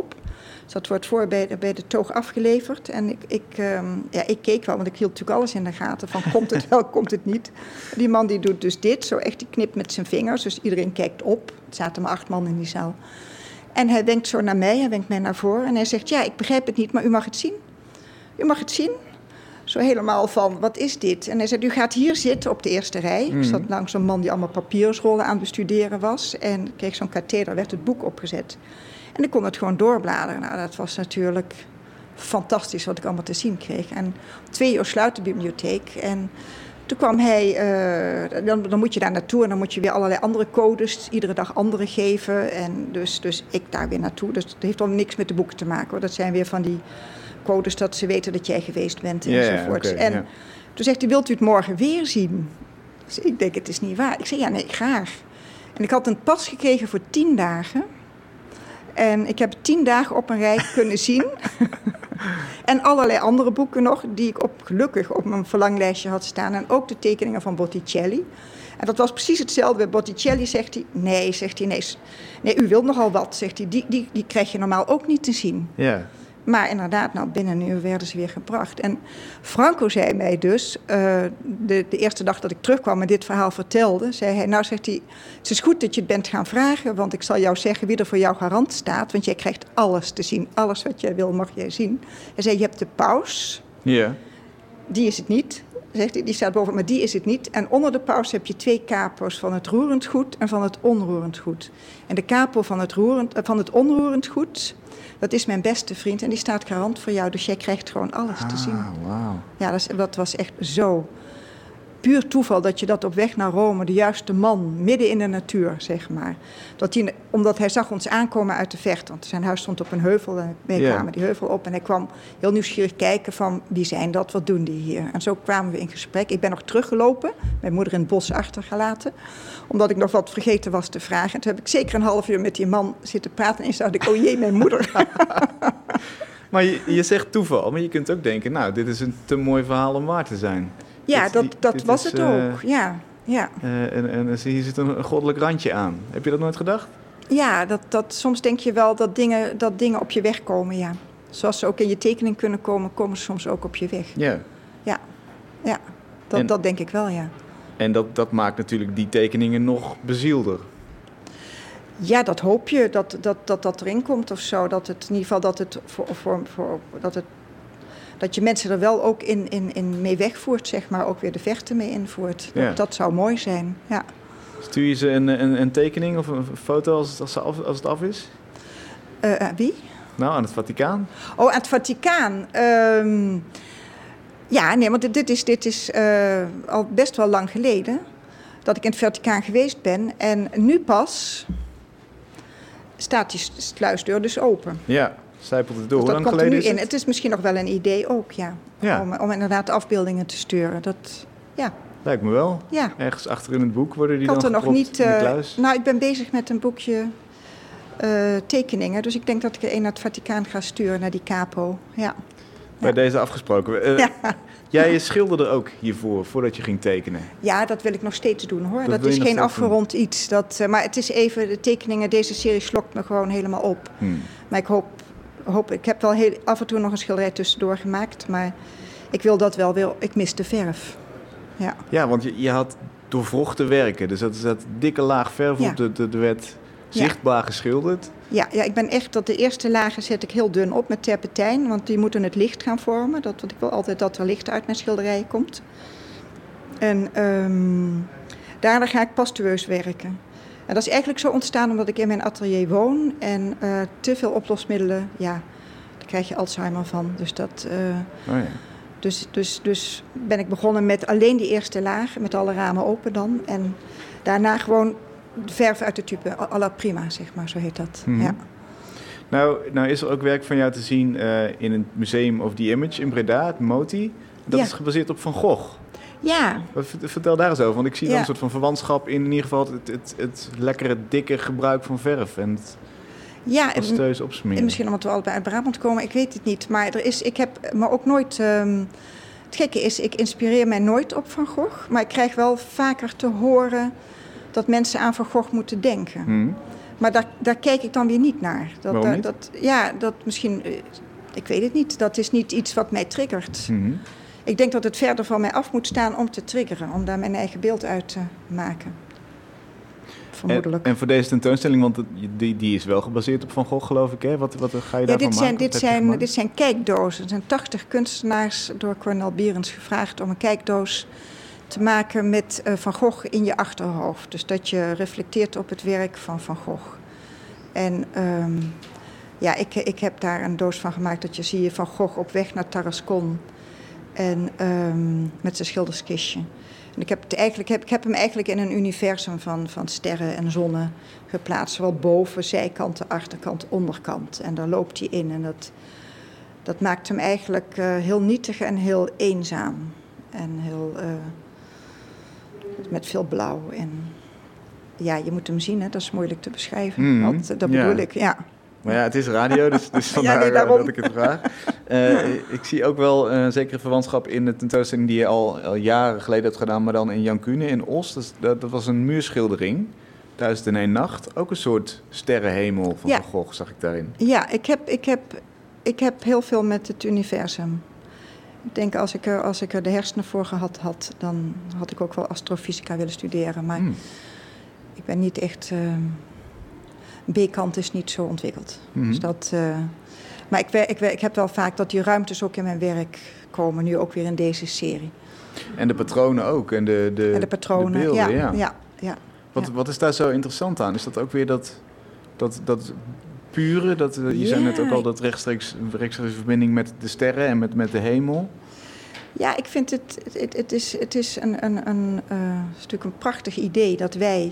Dus dat wordt voor bij de, bij de toog afgeleverd. En ik, ik, um, ja, ik keek wel, want ik hield natuurlijk alles in de gaten. Van komt het wel, komt het niet. Die man die doet dus dit, zo echt, die knipt met zijn vingers. Dus iedereen kijkt op. Er zaten maar acht man in die zaal. En hij wenkt zo naar mij, hij wenkt mij naar voren. En hij zegt, ja, ik begrijp het niet, maar u mag het zien. U mag het zien. Zo helemaal van, wat is dit? En hij zei, u gaat hier zitten op de eerste rij. Mm. Ik zat langs een man die allemaal papiersrollen aan het bestuderen was. En kreeg zo'n katheder, werd het boek opgezet. En ik kon het gewoon doorbladeren. Nou, dat was natuurlijk fantastisch wat ik allemaal te zien kreeg. En twee uur sluit de bibliotheek. En toen kwam hij, uh, dan, dan moet je daar naartoe en dan moet je weer allerlei andere codes, iedere dag andere geven. En dus, dus ik daar weer naartoe. Dus dat heeft dan niks met de boeken te maken, hoor. Dat zijn weer van die codes dat ze weten dat jij geweest bent enzovoort. Yeah, okay, en yeah. toen zegt hij, wilt u het morgen weer zien? Dus ik denk, het is niet waar. Ik zei, ja, nee, graag. En ik had een pas gekregen voor tien dagen. En ik heb tien dagen op een rij kunnen zien. En allerlei andere boeken nog, die ik op, gelukkig op mijn verlanglijstje had staan. En ook de tekeningen van Botticelli. En dat was precies hetzelfde. Bij Botticelli zegt hij, nee, zegt hij, nee, nee u wilt nogal wat. Zegt hij, die, die, die krijg je normaal ook niet te zien. Ja. Yeah. Maar inderdaad, nou, binnen een uur werden ze weer gebracht. En Franco zei mij dus, uh, de, de eerste dag dat ik terugkwam en dit verhaal vertelde, zei hij, nou zegt hij, het is goed dat je het bent gaan vragen, want ik zal jou zeggen wie er voor jou garant staat, want jij krijgt alles te zien. Alles wat jij wil mag jij zien. Hij zei, je hebt de paus. Ja. Yeah. Die is het niet. Zegt hij, die staat boven, maar die is het niet. En onder de paus heb je twee capo's van het roerend goed en van het onroerend goed. En de capo van het, roerend, uh, van het onroerend goed, dat is mijn beste vriend en die staat garant voor jou. Dus jij krijgt gewoon alles ah, te zien. Wow. Ja, dat, is, dat was echt zo puur toeval dat je dat op weg naar Rome, de juiste man, midden in de natuur, zeg maar. Dat die, omdat hij zag ons aankomen uit de verte, want zijn huis stond op een heuvel en wij Yeah. kwamen die heuvel op. En hij kwam heel nieuwsgierig kijken van, wie zijn dat, wat doen die hier? En zo kwamen we in gesprek. Ik ben nog teruggelopen, mijn moeder in het bos achtergelaten, omdat ik nog wat vergeten was te vragen. En toen heb ik zeker een half uur met die man zitten praten en eens dacht ik, oh jee, mijn moeder. Maar je, je zegt toeval, maar je kunt ook denken, nou, dit is een te mooi verhaal om waar te zijn. Ja, dit, dat, die, dat dit was is, het uh, ook, ja. ja. Uh, en, en hier zit een, een goddelijk randje aan. Heb je dat nooit gedacht? Ja, dat, dat, soms denk je wel dat dingen, dat dingen op je weg komen, ja. Zoals ze ook in je tekening kunnen komen, komen ze soms ook op je weg. Ja. Ja, ja. Dat, en, dat denk ik wel, ja. En dat, dat maakt natuurlijk die tekeningen nog bezielder. Ja, dat hoop je, dat dat, dat, dat erin komt of zo. Dat het in ieder geval dat het voor, voor, voor dat het dat je mensen er wel ook in, in, in mee wegvoert, zeg maar, ook weer de verte mee invoert. Ja. Dat, dat zou mooi zijn, ja. Stuur je ze een, een, een tekening of een foto als, als, af, als het af is? Uh, uh, wie? Nou, aan het Vaticaan. Oh, aan het Vaticaan. Um, ja, nee, want dit, dit is, dit is uh, al best wel lang geleden dat ik in het Vaticaan geweest ben. En nu pas staat die sluisdeur dus open. Ja, zijpelt het door. Dus Hoe dat lang komt er nu geleden is in. het? Het is misschien nog wel een idee ook, ja. Ja. Om, om inderdaad afbeeldingen te sturen. Dat, ja. Lijkt me wel. Ja. Ergens achter in het boek worden die Ik had dan er nog gepropt niet. in de Uh, kluis. nou, ik ben bezig met een boekje uh, tekeningen. Dus ik denk dat ik er een naar het Vaticaan ga sturen, naar die capo. Ja. Bij ja. deze afgesproken. Uh, Ja. Jij schilderde ook hiervoor, voordat je ging tekenen. Ja, dat wil ik nog steeds doen, hoor. Dat Dat, wil je is nog geen steeds afgerond iets. Dat, uh, maar het is even, de tekeningen, deze serie slokt me gewoon helemaal op. Hmm. Maar ik hoop, hoop, ik heb wel heel, af en toe nog een schilderij tussendoor gemaakt. Maar ik wil dat wel, wil, ik mis de verf. Ja, Ja, want je, je had doorwrochte werken. Dus dat is dat dikke laag verf Ja. op. De, de, de werd Ja. zichtbaar geschilderd. ja, ja, ik ben echt, dat de eerste lagen zet ik heel dun op met terpentijn. Want die moeten het licht gaan vormen. Dat, want ik wil altijd dat er licht uit mijn schilderijen komt. En um, daarna ga ik pasteurieus werken. En dat is eigenlijk zo ontstaan omdat ik in mijn atelier woon. En uh, te veel oplosmiddelen, ja, daar krijg je Alzheimer van. Dus dat... Uh, Oh ja. Dus, dus, dus ben ik begonnen met alleen die eerste laag, met alle ramen open dan. En daarna gewoon verf uit de tube, à la prima, zeg maar, zo heet dat. Mhm. Ja. Nou, nou is er ook werk van jou te zien uh, in het Museum of the Image in Breda, het MOTI. Dat Ja. is gebaseerd op Van Gogh. Ja, Wat, vertel daar eens over, want ik zie dan Ja. een soort van verwantschap in, in ieder geval het, het, het lekkere, dikke gebruik van verf en het ja en, pasteus en opsmeren. misschien omdat we allebei uit Brabant komen, ik weet het niet. Maar er is, ik heb me ook nooit... Um, het gekke is, ik inspireer mij nooit op Van Gogh. Maar ik krijg wel vaker te horen dat mensen aan Van Gogh moeten denken. Hmm. Maar daar, daar kijk ik dan weer niet naar. Dat, Waarom dat, niet? dat, ja, dat misschien... Ik weet het niet. Dat is niet iets wat mij triggert. Mm-hmm. Ik denk dat het verder van mij af moet staan om te triggeren. Om daar mijn eigen beeld uit te maken. Vermoedelijk. En, en voor deze tentoonstelling, want het, die, die is wel gebaseerd op Van Gogh, geloof ik. Hè? Wat, wat ga je ja, daarvan dit zijn, maken? dit, Wat heb je zijn, gemaakt? dit zijn kijkdozen. Er zijn tachtig kunstenaars door Cornel Bierens gevraagd om een kijkdoos te maken met uh, Van Gogh in je achterhoofd. Dus dat je reflecteert op het werk van Van Gogh. En um, ja, ik, ik heb daar een doos van gemaakt dat je zie je Van Gogh op weg naar Tarascon. En um, met zijn schilderskistje. En ik heb, het eigenlijk, heb, ik heb hem eigenlijk in een universum van, van sterren en zonnen geplaatst. Zowel boven, zijkant, achterkant, onderkant. En daar loopt hij in. En dat, dat maakt hem eigenlijk uh, heel nietig en heel eenzaam. En heel... Uh, met veel blauw. En ja, je moet hem zien, hè? Dat is moeilijk te beschrijven. Mm-hmm. Want, dat bedoel ja. ik, ja. Maar ja, het is radio, dus, dus vandaar ja, nee, dat ik het vraag. Uh, ik zie ook wel een uh, zekere verwantschap in de tentoonstelling die je al, al jaren geleden hebt gedaan, maar dan in Jankune in Os. Dus dat, dat was een muurschildering, Duizend en één Nacht. Ook een soort sterrenhemel van ja. Van Gogh, zag ik daarin. Ja, ik heb, ik, heb, ik heb heel veel met het universum. Ik denk als ik, er, als ik er de hersenen voor gehad had, dan had ik ook wel astrofysica willen studeren. Maar hmm. ik ben niet echt... Uh, B-kant is niet zo ontwikkeld. Mm-hmm. Dus dat, uh, maar ik, ik, ik heb wel vaak dat die ruimtes ook in mijn werk komen. Nu ook weer in deze serie. En de patronen ook. En de, de, en de patronen, de beelden, ja. ja. ja, ja, wat, ja. wat is daar zo interessant aan? Is dat ook weer dat, dat, dat pure? Dat, je ja. zei net ook al dat rechtstreeks, rechtstreeks verbinding met de sterren en met, met de hemel. Ja, ik vind het... Het, het is, het is een, een, een, uh, natuurlijk een prachtig idee dat wij...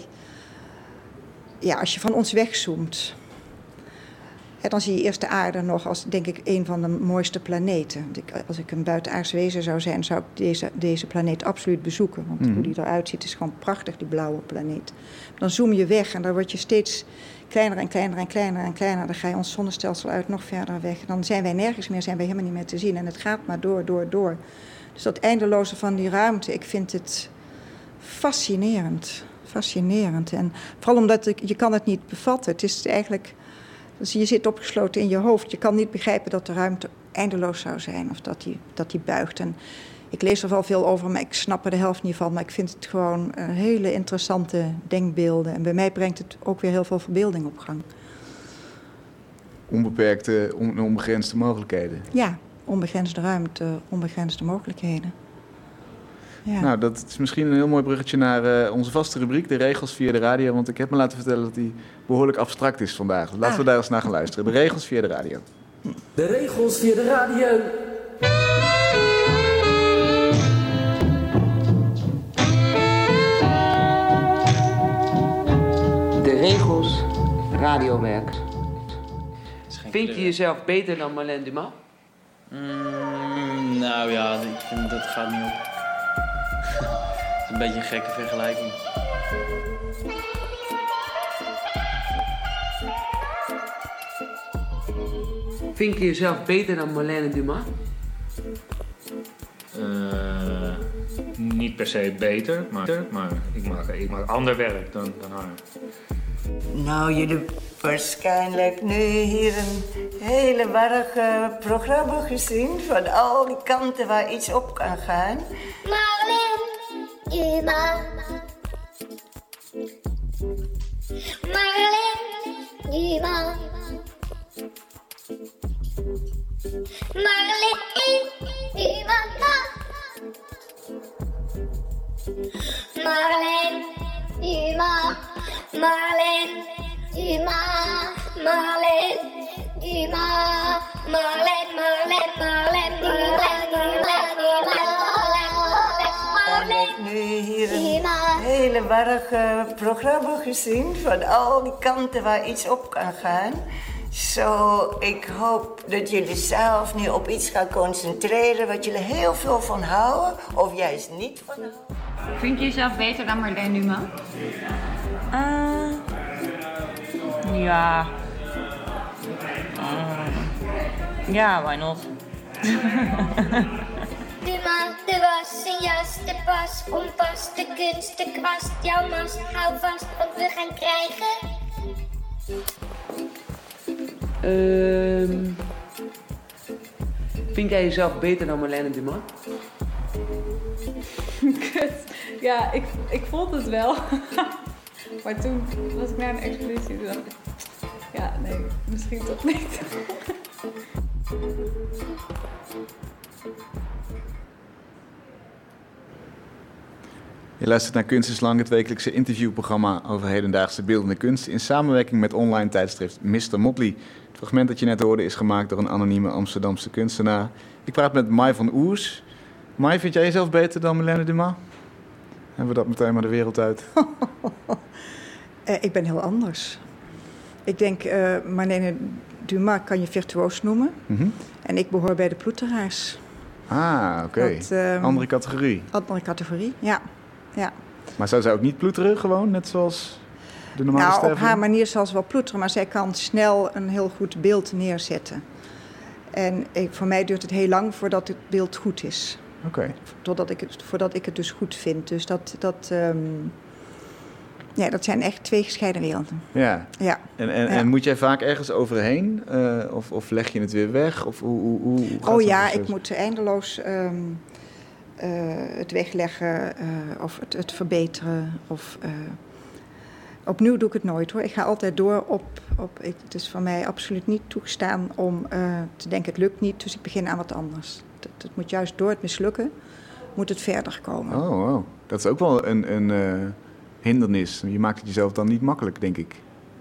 Ja, als je van ons wegzoomt, hè, dan zie je eerst de aarde nog als, denk ik, een van de mooiste planeten. Als ik een buitenaards wezen zou zijn, zou ik deze, deze planeet absoluut bezoeken. Want mm. hoe die eruit ziet is gewoon prachtig, die blauwe planeet. Dan zoom je weg en dan word je steeds kleiner en kleiner en kleiner en kleiner. Dan ga je ons zonnestelsel uit nog verder weg. Dan zijn wij nergens meer, zijn wij helemaal niet meer te zien. En het gaat maar door, door, door. Dus dat eindeloze van die ruimte, ik vind het fascinerend. Fascinerend. En vooral omdat ik, je kan het niet bevatten. Het is eigenlijk, dus je zit opgesloten in je hoofd. Je kan niet begrijpen dat de ruimte eindeloos zou zijn of dat die, dat die buigt. En ik lees er wel veel over, maar ik snap er de helft niet van. Maar ik vind het gewoon een hele interessante denkbeelden. En bij mij brengt het ook weer heel veel verbeelding op gang. Onbeperkte, on, onbegrensde mogelijkheden. Ja, onbegrensde ruimte, onbegrensde mogelijkheden. Ja. Nou, dat is misschien een heel mooi bruggetje naar uh, onze vaste rubriek, de regels via de radio. Want ik heb me laten vertellen dat die behoorlijk abstract is vandaag. Laten ah. we daar eens naar gaan luisteren. De regels via de radio. De regels via de radio. De regels radiowerk. Vind je jezelf beter dan Marlène Dumas? Mm, nou ja, ik vind dat gaat niet op. Het is een beetje een gekke vergelijking. Vind je jezelf beter dan Marlène Dumas? Uh, niet per se beter, maar, maar ik, maak, ik maak ander werk dan, dan haar. Nou, jullie hebben waarschijnlijk nu hier een hele warrig programma gezien van al die kanten waar iets op kan gaan. Marlène Dumas. Marlène Dumas. Marlène Dumas. Marlène Dumas. Marlène Dumas. Marlène Dumas. Marlène, Marlène, Marlène, Marlène, Marlène. Ik heb nu hier een hele warrig programma gezien van al die kanten waar iets op kan gaan. Zo, ik hoop dat jullie zelf nu op iets gaan concentreren wat jullie heel veel van houden, of juist niet van houden. Vind je jezelf beter dan Marlène Dumas? Uh, ja. Uh, ja, why not? Dumas, de was, een jas, de pas, kompas, de kunst, de kwast, jouw mast, hou vast, want we gaan krijgen. Um, vind jij jezelf beter dan Marlene Dumas? Kut. Ja, ik, ik vond het wel. Maar toen was ik naar een expeditie. Toen dacht ik, ja, nee, misschien toch niet. Je luistert naar Kunst is Lang, het wekelijkse interviewprogramma over hedendaagse beeldende kunst in samenwerking met online tijdschrift mister Motley. Het fragment dat je net hoorde is gemaakt door een anonieme Amsterdamse kunstenaar. Ik praat met Mai van Oers. Mai, vind jij jezelf beter dan Marlene Dumas? Hebben we dat meteen maar de wereld uit? uh, ik ben heel anders. Ik denk, uh, Marlene Dumas kan je virtuoos noemen. Mm-hmm. En ik behoor bij de ploeteraars. Ah, oké. Okay. Um, andere categorie. Andere categorie, ja. ja. Maar zou zij ook niet ploeteren gewoon, net zoals de normale nou, sterveling? Op haar manier zal ze wel ploeteren, maar zij kan snel een heel goed beeld neerzetten. En ik, voor mij duurt het heel lang voordat het beeld goed is. Oké. Okay. Totdat ik het, voordat ik het dus goed vind. Dus dat, dat, um, ja, dat zijn echt twee gescheiden werelden. Ja. ja. En, en, ja. en moet jij vaak ergens overheen? Uh, of, of leg je het weer weg? Of hoe, hoe, hoe gaat oh ja, proces? Ik moet eindeloos um, uh, het wegleggen uh, of het, het verbeteren. Of, uh, opnieuw doe ik het nooit hoor. Ik ga altijd door op... op ik, het is voor mij absoluut niet toegestaan om uh, te denken het lukt niet. Dus ik begin aan wat anders. Het, het moet juist door het mislukken, moet het verder komen. Oh, wow. Dat is ook wel een, een uh, hindernis. Je maakt het jezelf dan niet makkelijk, denk ik.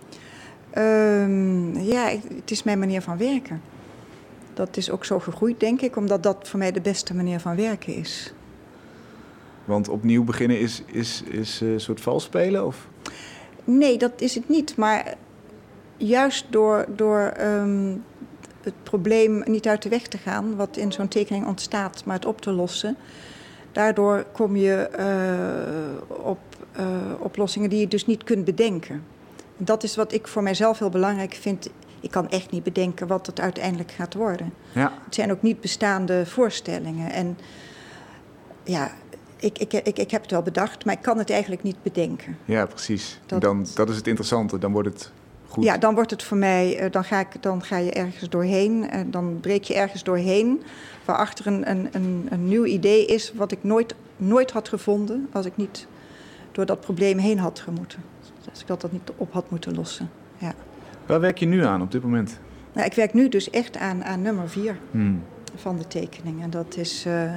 Um, ja, het is mijn manier van werken. Dat is ook zo gegroeid, denk ik, omdat dat voor mij de beste manier van werken is. Want opnieuw beginnen is, is, is uh, een soort vals spelen, of? Nee, dat is het niet. Maar juist door, door um, het probleem niet uit de weg te gaan, wat in zo'n tekening ontstaat, maar het op te lossen, daardoor kom je uh, op uh, oplossingen die je dus niet kunt bedenken. Dat is wat ik voor mijzelf heel belangrijk vind. Ik kan echt niet bedenken wat het uiteindelijk gaat worden. Ja. Het zijn ook niet bestaande voorstellingen. En ja, ik, ik, ik, ik heb het wel bedacht, maar ik kan het eigenlijk niet bedenken. Ja, precies. Dat, dan, dat is het interessante. Dan wordt het goed. Ja, dan wordt het voor mij, dan ga, ik, dan ga je ergens doorheen. En dan breek je ergens doorheen waarachter een, een, een, een nieuw idee is wat ik nooit, nooit had gevonden als ik niet door dat probleem heen had gemoeten. Als ik dat, dat niet op had moeten lossen. Ja. Waar werk je nu aan op dit moment? Nou, ik werk nu dus echt aan, aan nummer vier hmm. van de tekening. En dat is... Uh,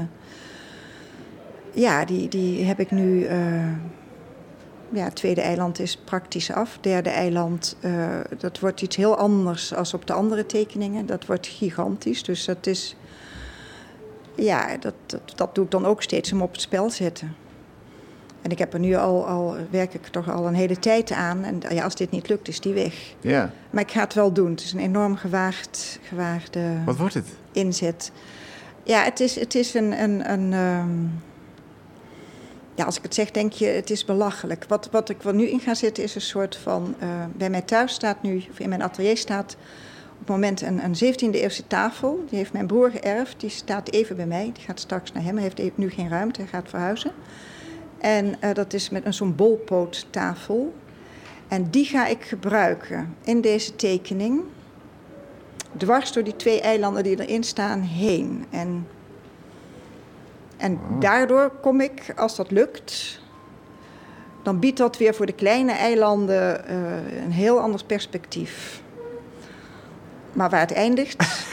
ja, die, die heb ik nu... Uh, ja, het tweede eiland is praktisch af. Derde eiland, uh, dat wordt iets heel anders als op de andere tekeningen. Dat wordt gigantisch. Dus dat is... Ja, dat, dat, dat doe ik dan ook steeds om op het spel zetten. En ik heb er nu al, al werk ik toch al een hele tijd aan. En ja, als dit niet lukt, is die weg. Ja. Maar ik ga het wel doen. Het is een enorm gewaagd, gewaagde Wat wordt het? Inzet. Ja, het is, het is een... een, een um, ja, als ik het zeg, denk je, het is belachelijk. Wat, wat ik er nu in ga zitten is een soort van... Uh, bij mij thuis staat nu, of in mijn atelier staat... op het moment een, een zeventiende eeuwse tafel. Die heeft mijn broer geërfd. Die staat even bij mij. Die gaat straks naar hem. Hij heeft nu geen ruimte. Hij gaat verhuizen. En uh, dat is met een zo'n bolpoottafel. En die ga ik gebruiken in deze tekening. Dwars door die twee eilanden die erin staan heen. En, en oh. daardoor kom ik, als dat lukt... dan biedt dat weer voor de kleine eilanden uh, een heel ander perspectief. Maar waar het eindigt...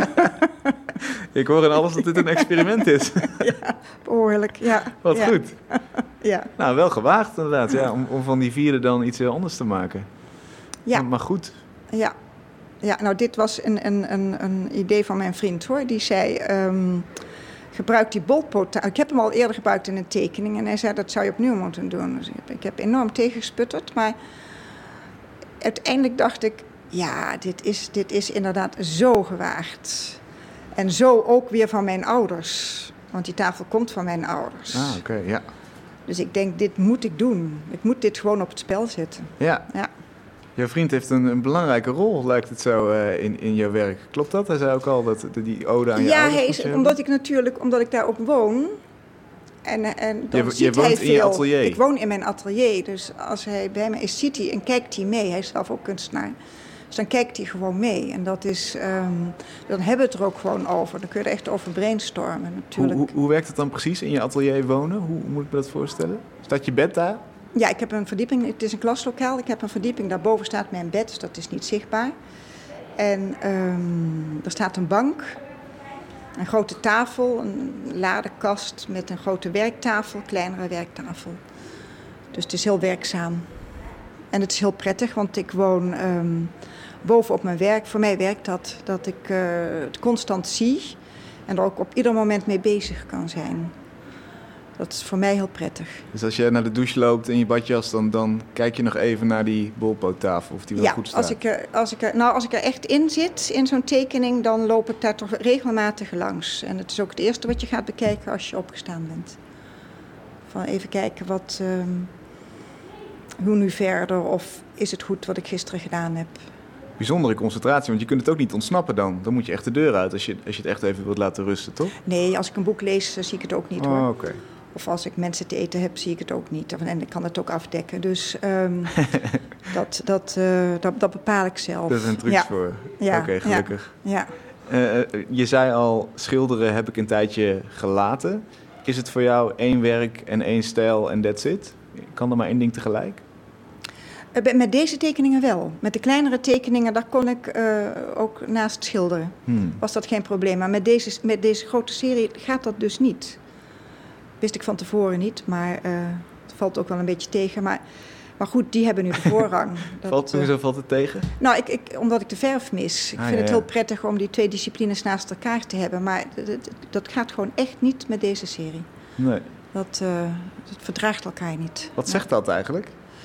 Ik hoor in alles dat dit een experiment is. Ja, behoorlijk, ja. Wat ja. goed. Ja. Nou, wel gewaagd inderdaad, ja, om, om van die vierde dan iets heel anders te maken. Ja. Maar, maar goed. Ja. Ja, nou dit was een, een, een, een idee van mijn vriend hoor. Die zei, um, gebruik die bolpoot. Ik heb hem al eerder gebruikt in een tekening. En hij zei, dat zou je opnieuw moeten doen. Dus ik heb, ik heb enorm tegengesputterd. Maar uiteindelijk dacht ik, ja, dit is, dit is inderdaad zo gewaagd. En zo ook weer van mijn ouders. Want die tafel komt van mijn ouders. Ah, oké, okay, ja. Dus ik denk, dit moet ik doen. Ik moet dit gewoon op het spel zetten. Ja. Ja. Jouw vriend heeft een, een belangrijke rol, lijkt het zo, uh, in, in jouw werk. Klopt dat? Hij zei ook al dat die ode aan je ja, ouders hij is, moet omdat ik natuurlijk, omdat ik daar ook woon... En, en dan je, ziet je woont hij in veel. je atelier? Ik woon in mijn atelier. Dus als hij bij me is, ziet hij en kijkt hij mee. Hij is zelf ook kunstenaar. Dus dan kijkt hij gewoon mee. En dat is, um, dan hebben we het er ook gewoon over. Dan kun je er echt over brainstormen natuurlijk. Hoe, hoe, hoe werkt het dan precies in je atelier wonen? Hoe, hoe moet ik me dat voorstellen? Staat je bed daar? Ja, ik heb een verdieping. Het is een klaslokaal. Ik heb een verdieping. Daarboven staat mijn bed. Dus dat is niet zichtbaar. En um, er staat een bank. Een grote tafel. Een ladekast met een grote werktafel. Kleinere werktafel. Dus het is heel werkzaam. En het is heel prettig, want ik woon um, bovenop mijn werk. Voor mij werkt dat, dat ik uh, het constant zie en er ook op ieder moment mee bezig kan zijn. Dat is voor mij heel prettig. Dus als je naar de douche loopt in je badjas, dan, dan kijk je nog even naar die bolpoottafel of die wel ja, goed staat? Als ik, er, als, ik er, nou, als ik er echt in zit, in zo'n tekening, dan loop ik daar toch regelmatig langs. En het is ook het eerste wat je gaat bekijken als je opgestaan bent. Van even kijken wat... Um, hoe nu verder, of is het goed wat ik gisteren gedaan heb? Bijzondere concentratie, want je kunt het ook niet ontsnappen dan. Dan moet je echt de deur uit als je, als je het echt even wilt laten rusten, toch? Nee, als ik een boek lees, zie ik het ook niet, hoor. Oh, okay. Of als ik mensen te eten heb, zie ik het ook niet. En ik kan het ook afdekken. Dus um, dat, dat, uh, dat, dat bepaal ik zelf. Dat is een trucs ja. voor. Ja. Oké, okay, gelukkig. Ja. Ja. Uh, je zei al, schilderen heb ik een tijdje gelaten. Is het voor jou één werk en één stijl en that's it? Kan er maar één ding tegelijk? Met deze tekeningen wel. Met de kleinere tekeningen, daar kon ik uh, ook naast schilderen. Hmm. Was dat geen probleem. Maar met deze, met deze grote serie gaat dat dus niet. Wist ik van tevoren niet, maar uh, het valt ook wel een beetje tegen. Maar, maar goed, die hebben nu de voorrang. Dat, valt, hoezo valt het tegen? Nou, ik, ik, omdat ik de verf mis. Ik ah, vind ja, het ja. heel prettig om die twee disciplines naast elkaar te hebben. Maar dat, dat, dat gaat gewoon echt niet met deze serie. Nee. Dat, uh, dat verdraagt elkaar niet. Wat zegt dat eigenlijk?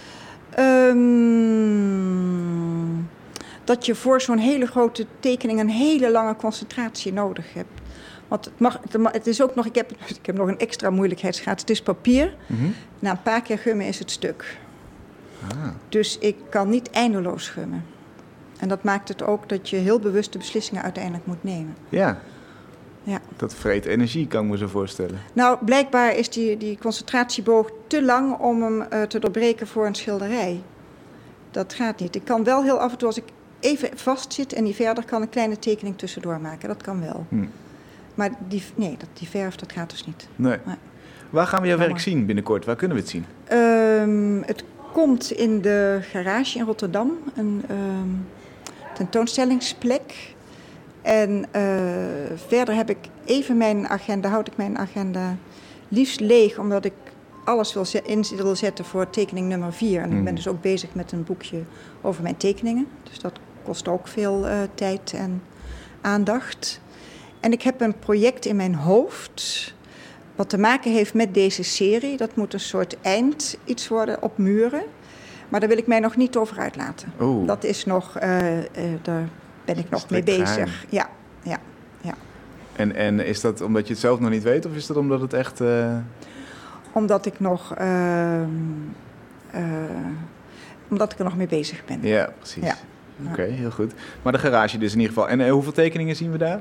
Um, dat je voor zo'n hele grote tekening een hele lange concentratie nodig hebt. Want het, mag, het is ook nog, ik heb, ik heb nog een extra moeilijkheidsgraad. Het is papier. Mm-hmm. Na een paar keer gummen is het stuk. Ah. Dus ik kan niet eindeloos gummen. En dat maakt het ook dat je heel bewust de beslissingen uiteindelijk moet nemen. Ja. Ja. Dat vreet energie, kan ik me zo voorstellen. Nou, blijkbaar is die, die concentratieboog te lang om hem uh, te doorbreken voor een schilderij. Dat gaat niet. Ik kan wel heel af en toe, als ik even vast zit en niet verder, kan een kleine tekening tussendoor maken. Dat kan wel. Hm. Maar die, nee, dat, die verf, dat gaat dus niet. Nee. Nee. Waar gaan we jouw werk zien binnenkort? Waar kunnen we het zien? Um, het komt in de garage in Rotterdam. Een um, tentoonstellingsplek. En uh, verder heb ik even mijn agenda, houd ik mijn agenda liefst leeg, omdat ik alles wil zet, in wil zetten voor tekening nummer vier. En mm. ik ben dus ook bezig met een boekje over mijn tekeningen. Dus dat kost ook veel uh, tijd en aandacht. En ik heb een project in mijn hoofd wat te maken heeft met deze serie. Dat moet een soort eind iets worden op muren. Maar daar wil ik mij nog niet over uitlaten. Oeh. Dat is nog... Uh, uh, daar ben ik nog Strikt mee bezig. geheim. Ja, ja, ja. En, en is dat omdat je het zelf nog niet weet? Of is dat omdat het echt... Uh... Omdat ik nog... Uh, uh, omdat ik er nog mee bezig ben. Ja, precies. Ja. Oké, okay, heel goed. Maar de garage dus in ieder geval. En uh, hoeveel tekeningen zien we daar?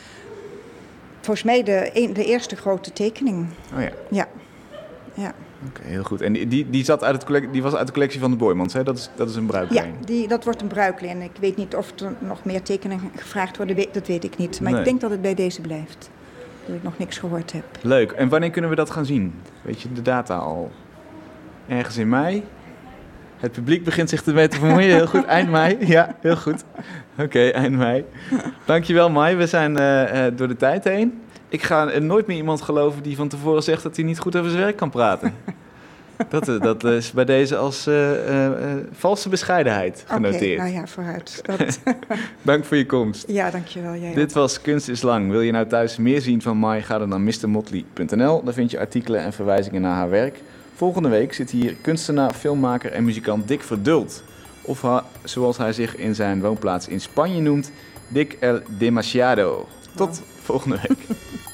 Volgens mij de, een, de eerste grote tekening. Oh ja. Ja. Ja. Oké, okay, heel goed. En die, die, die, zat uit het collect, die was uit de collectie van de Boijmans, hè? Dat is, dat is een bruikleen. Ja, die, dat wordt een bruikleen. Ik weet niet of er nog meer tekeningen gevraagd worden, dat weet ik niet. Maar nee. Ik denk dat het bij deze blijft. Dat ik nog niks gehoord heb. Leuk. En wanneer kunnen we dat gaan zien? Weet je de data al? Ergens in mei? Het publiek begint zich ermee te vermoeien. Heel goed. Eind mei. Ja, heel goed. Oké, okay, eind mei. Dankjewel, Mai. We zijn uh, uh, door de tijd heen. Ik ga uh, nooit meer iemand geloven die van tevoren zegt dat hij niet goed over zijn werk kan praten. dat, uh, dat is bij deze als uh, uh, uh, valse bescheidenheid genoteerd. Oké, nou ja, vooruit. Dat... Dank voor je komst. Ja, dankjewel. Jij Dit was Kunst is Lang. Wil je nou thuis meer zien van Mai? Ga dan naar mister motley punt n l. Daar vind je artikelen en verwijzingen naar haar werk. Volgende week zit hier kunstenaar, filmmaker en muzikant Dick Verdult. Of ha, zoals hij zich in zijn woonplaats in Spanje noemt, Dick El Demasiado. Tot volgende week.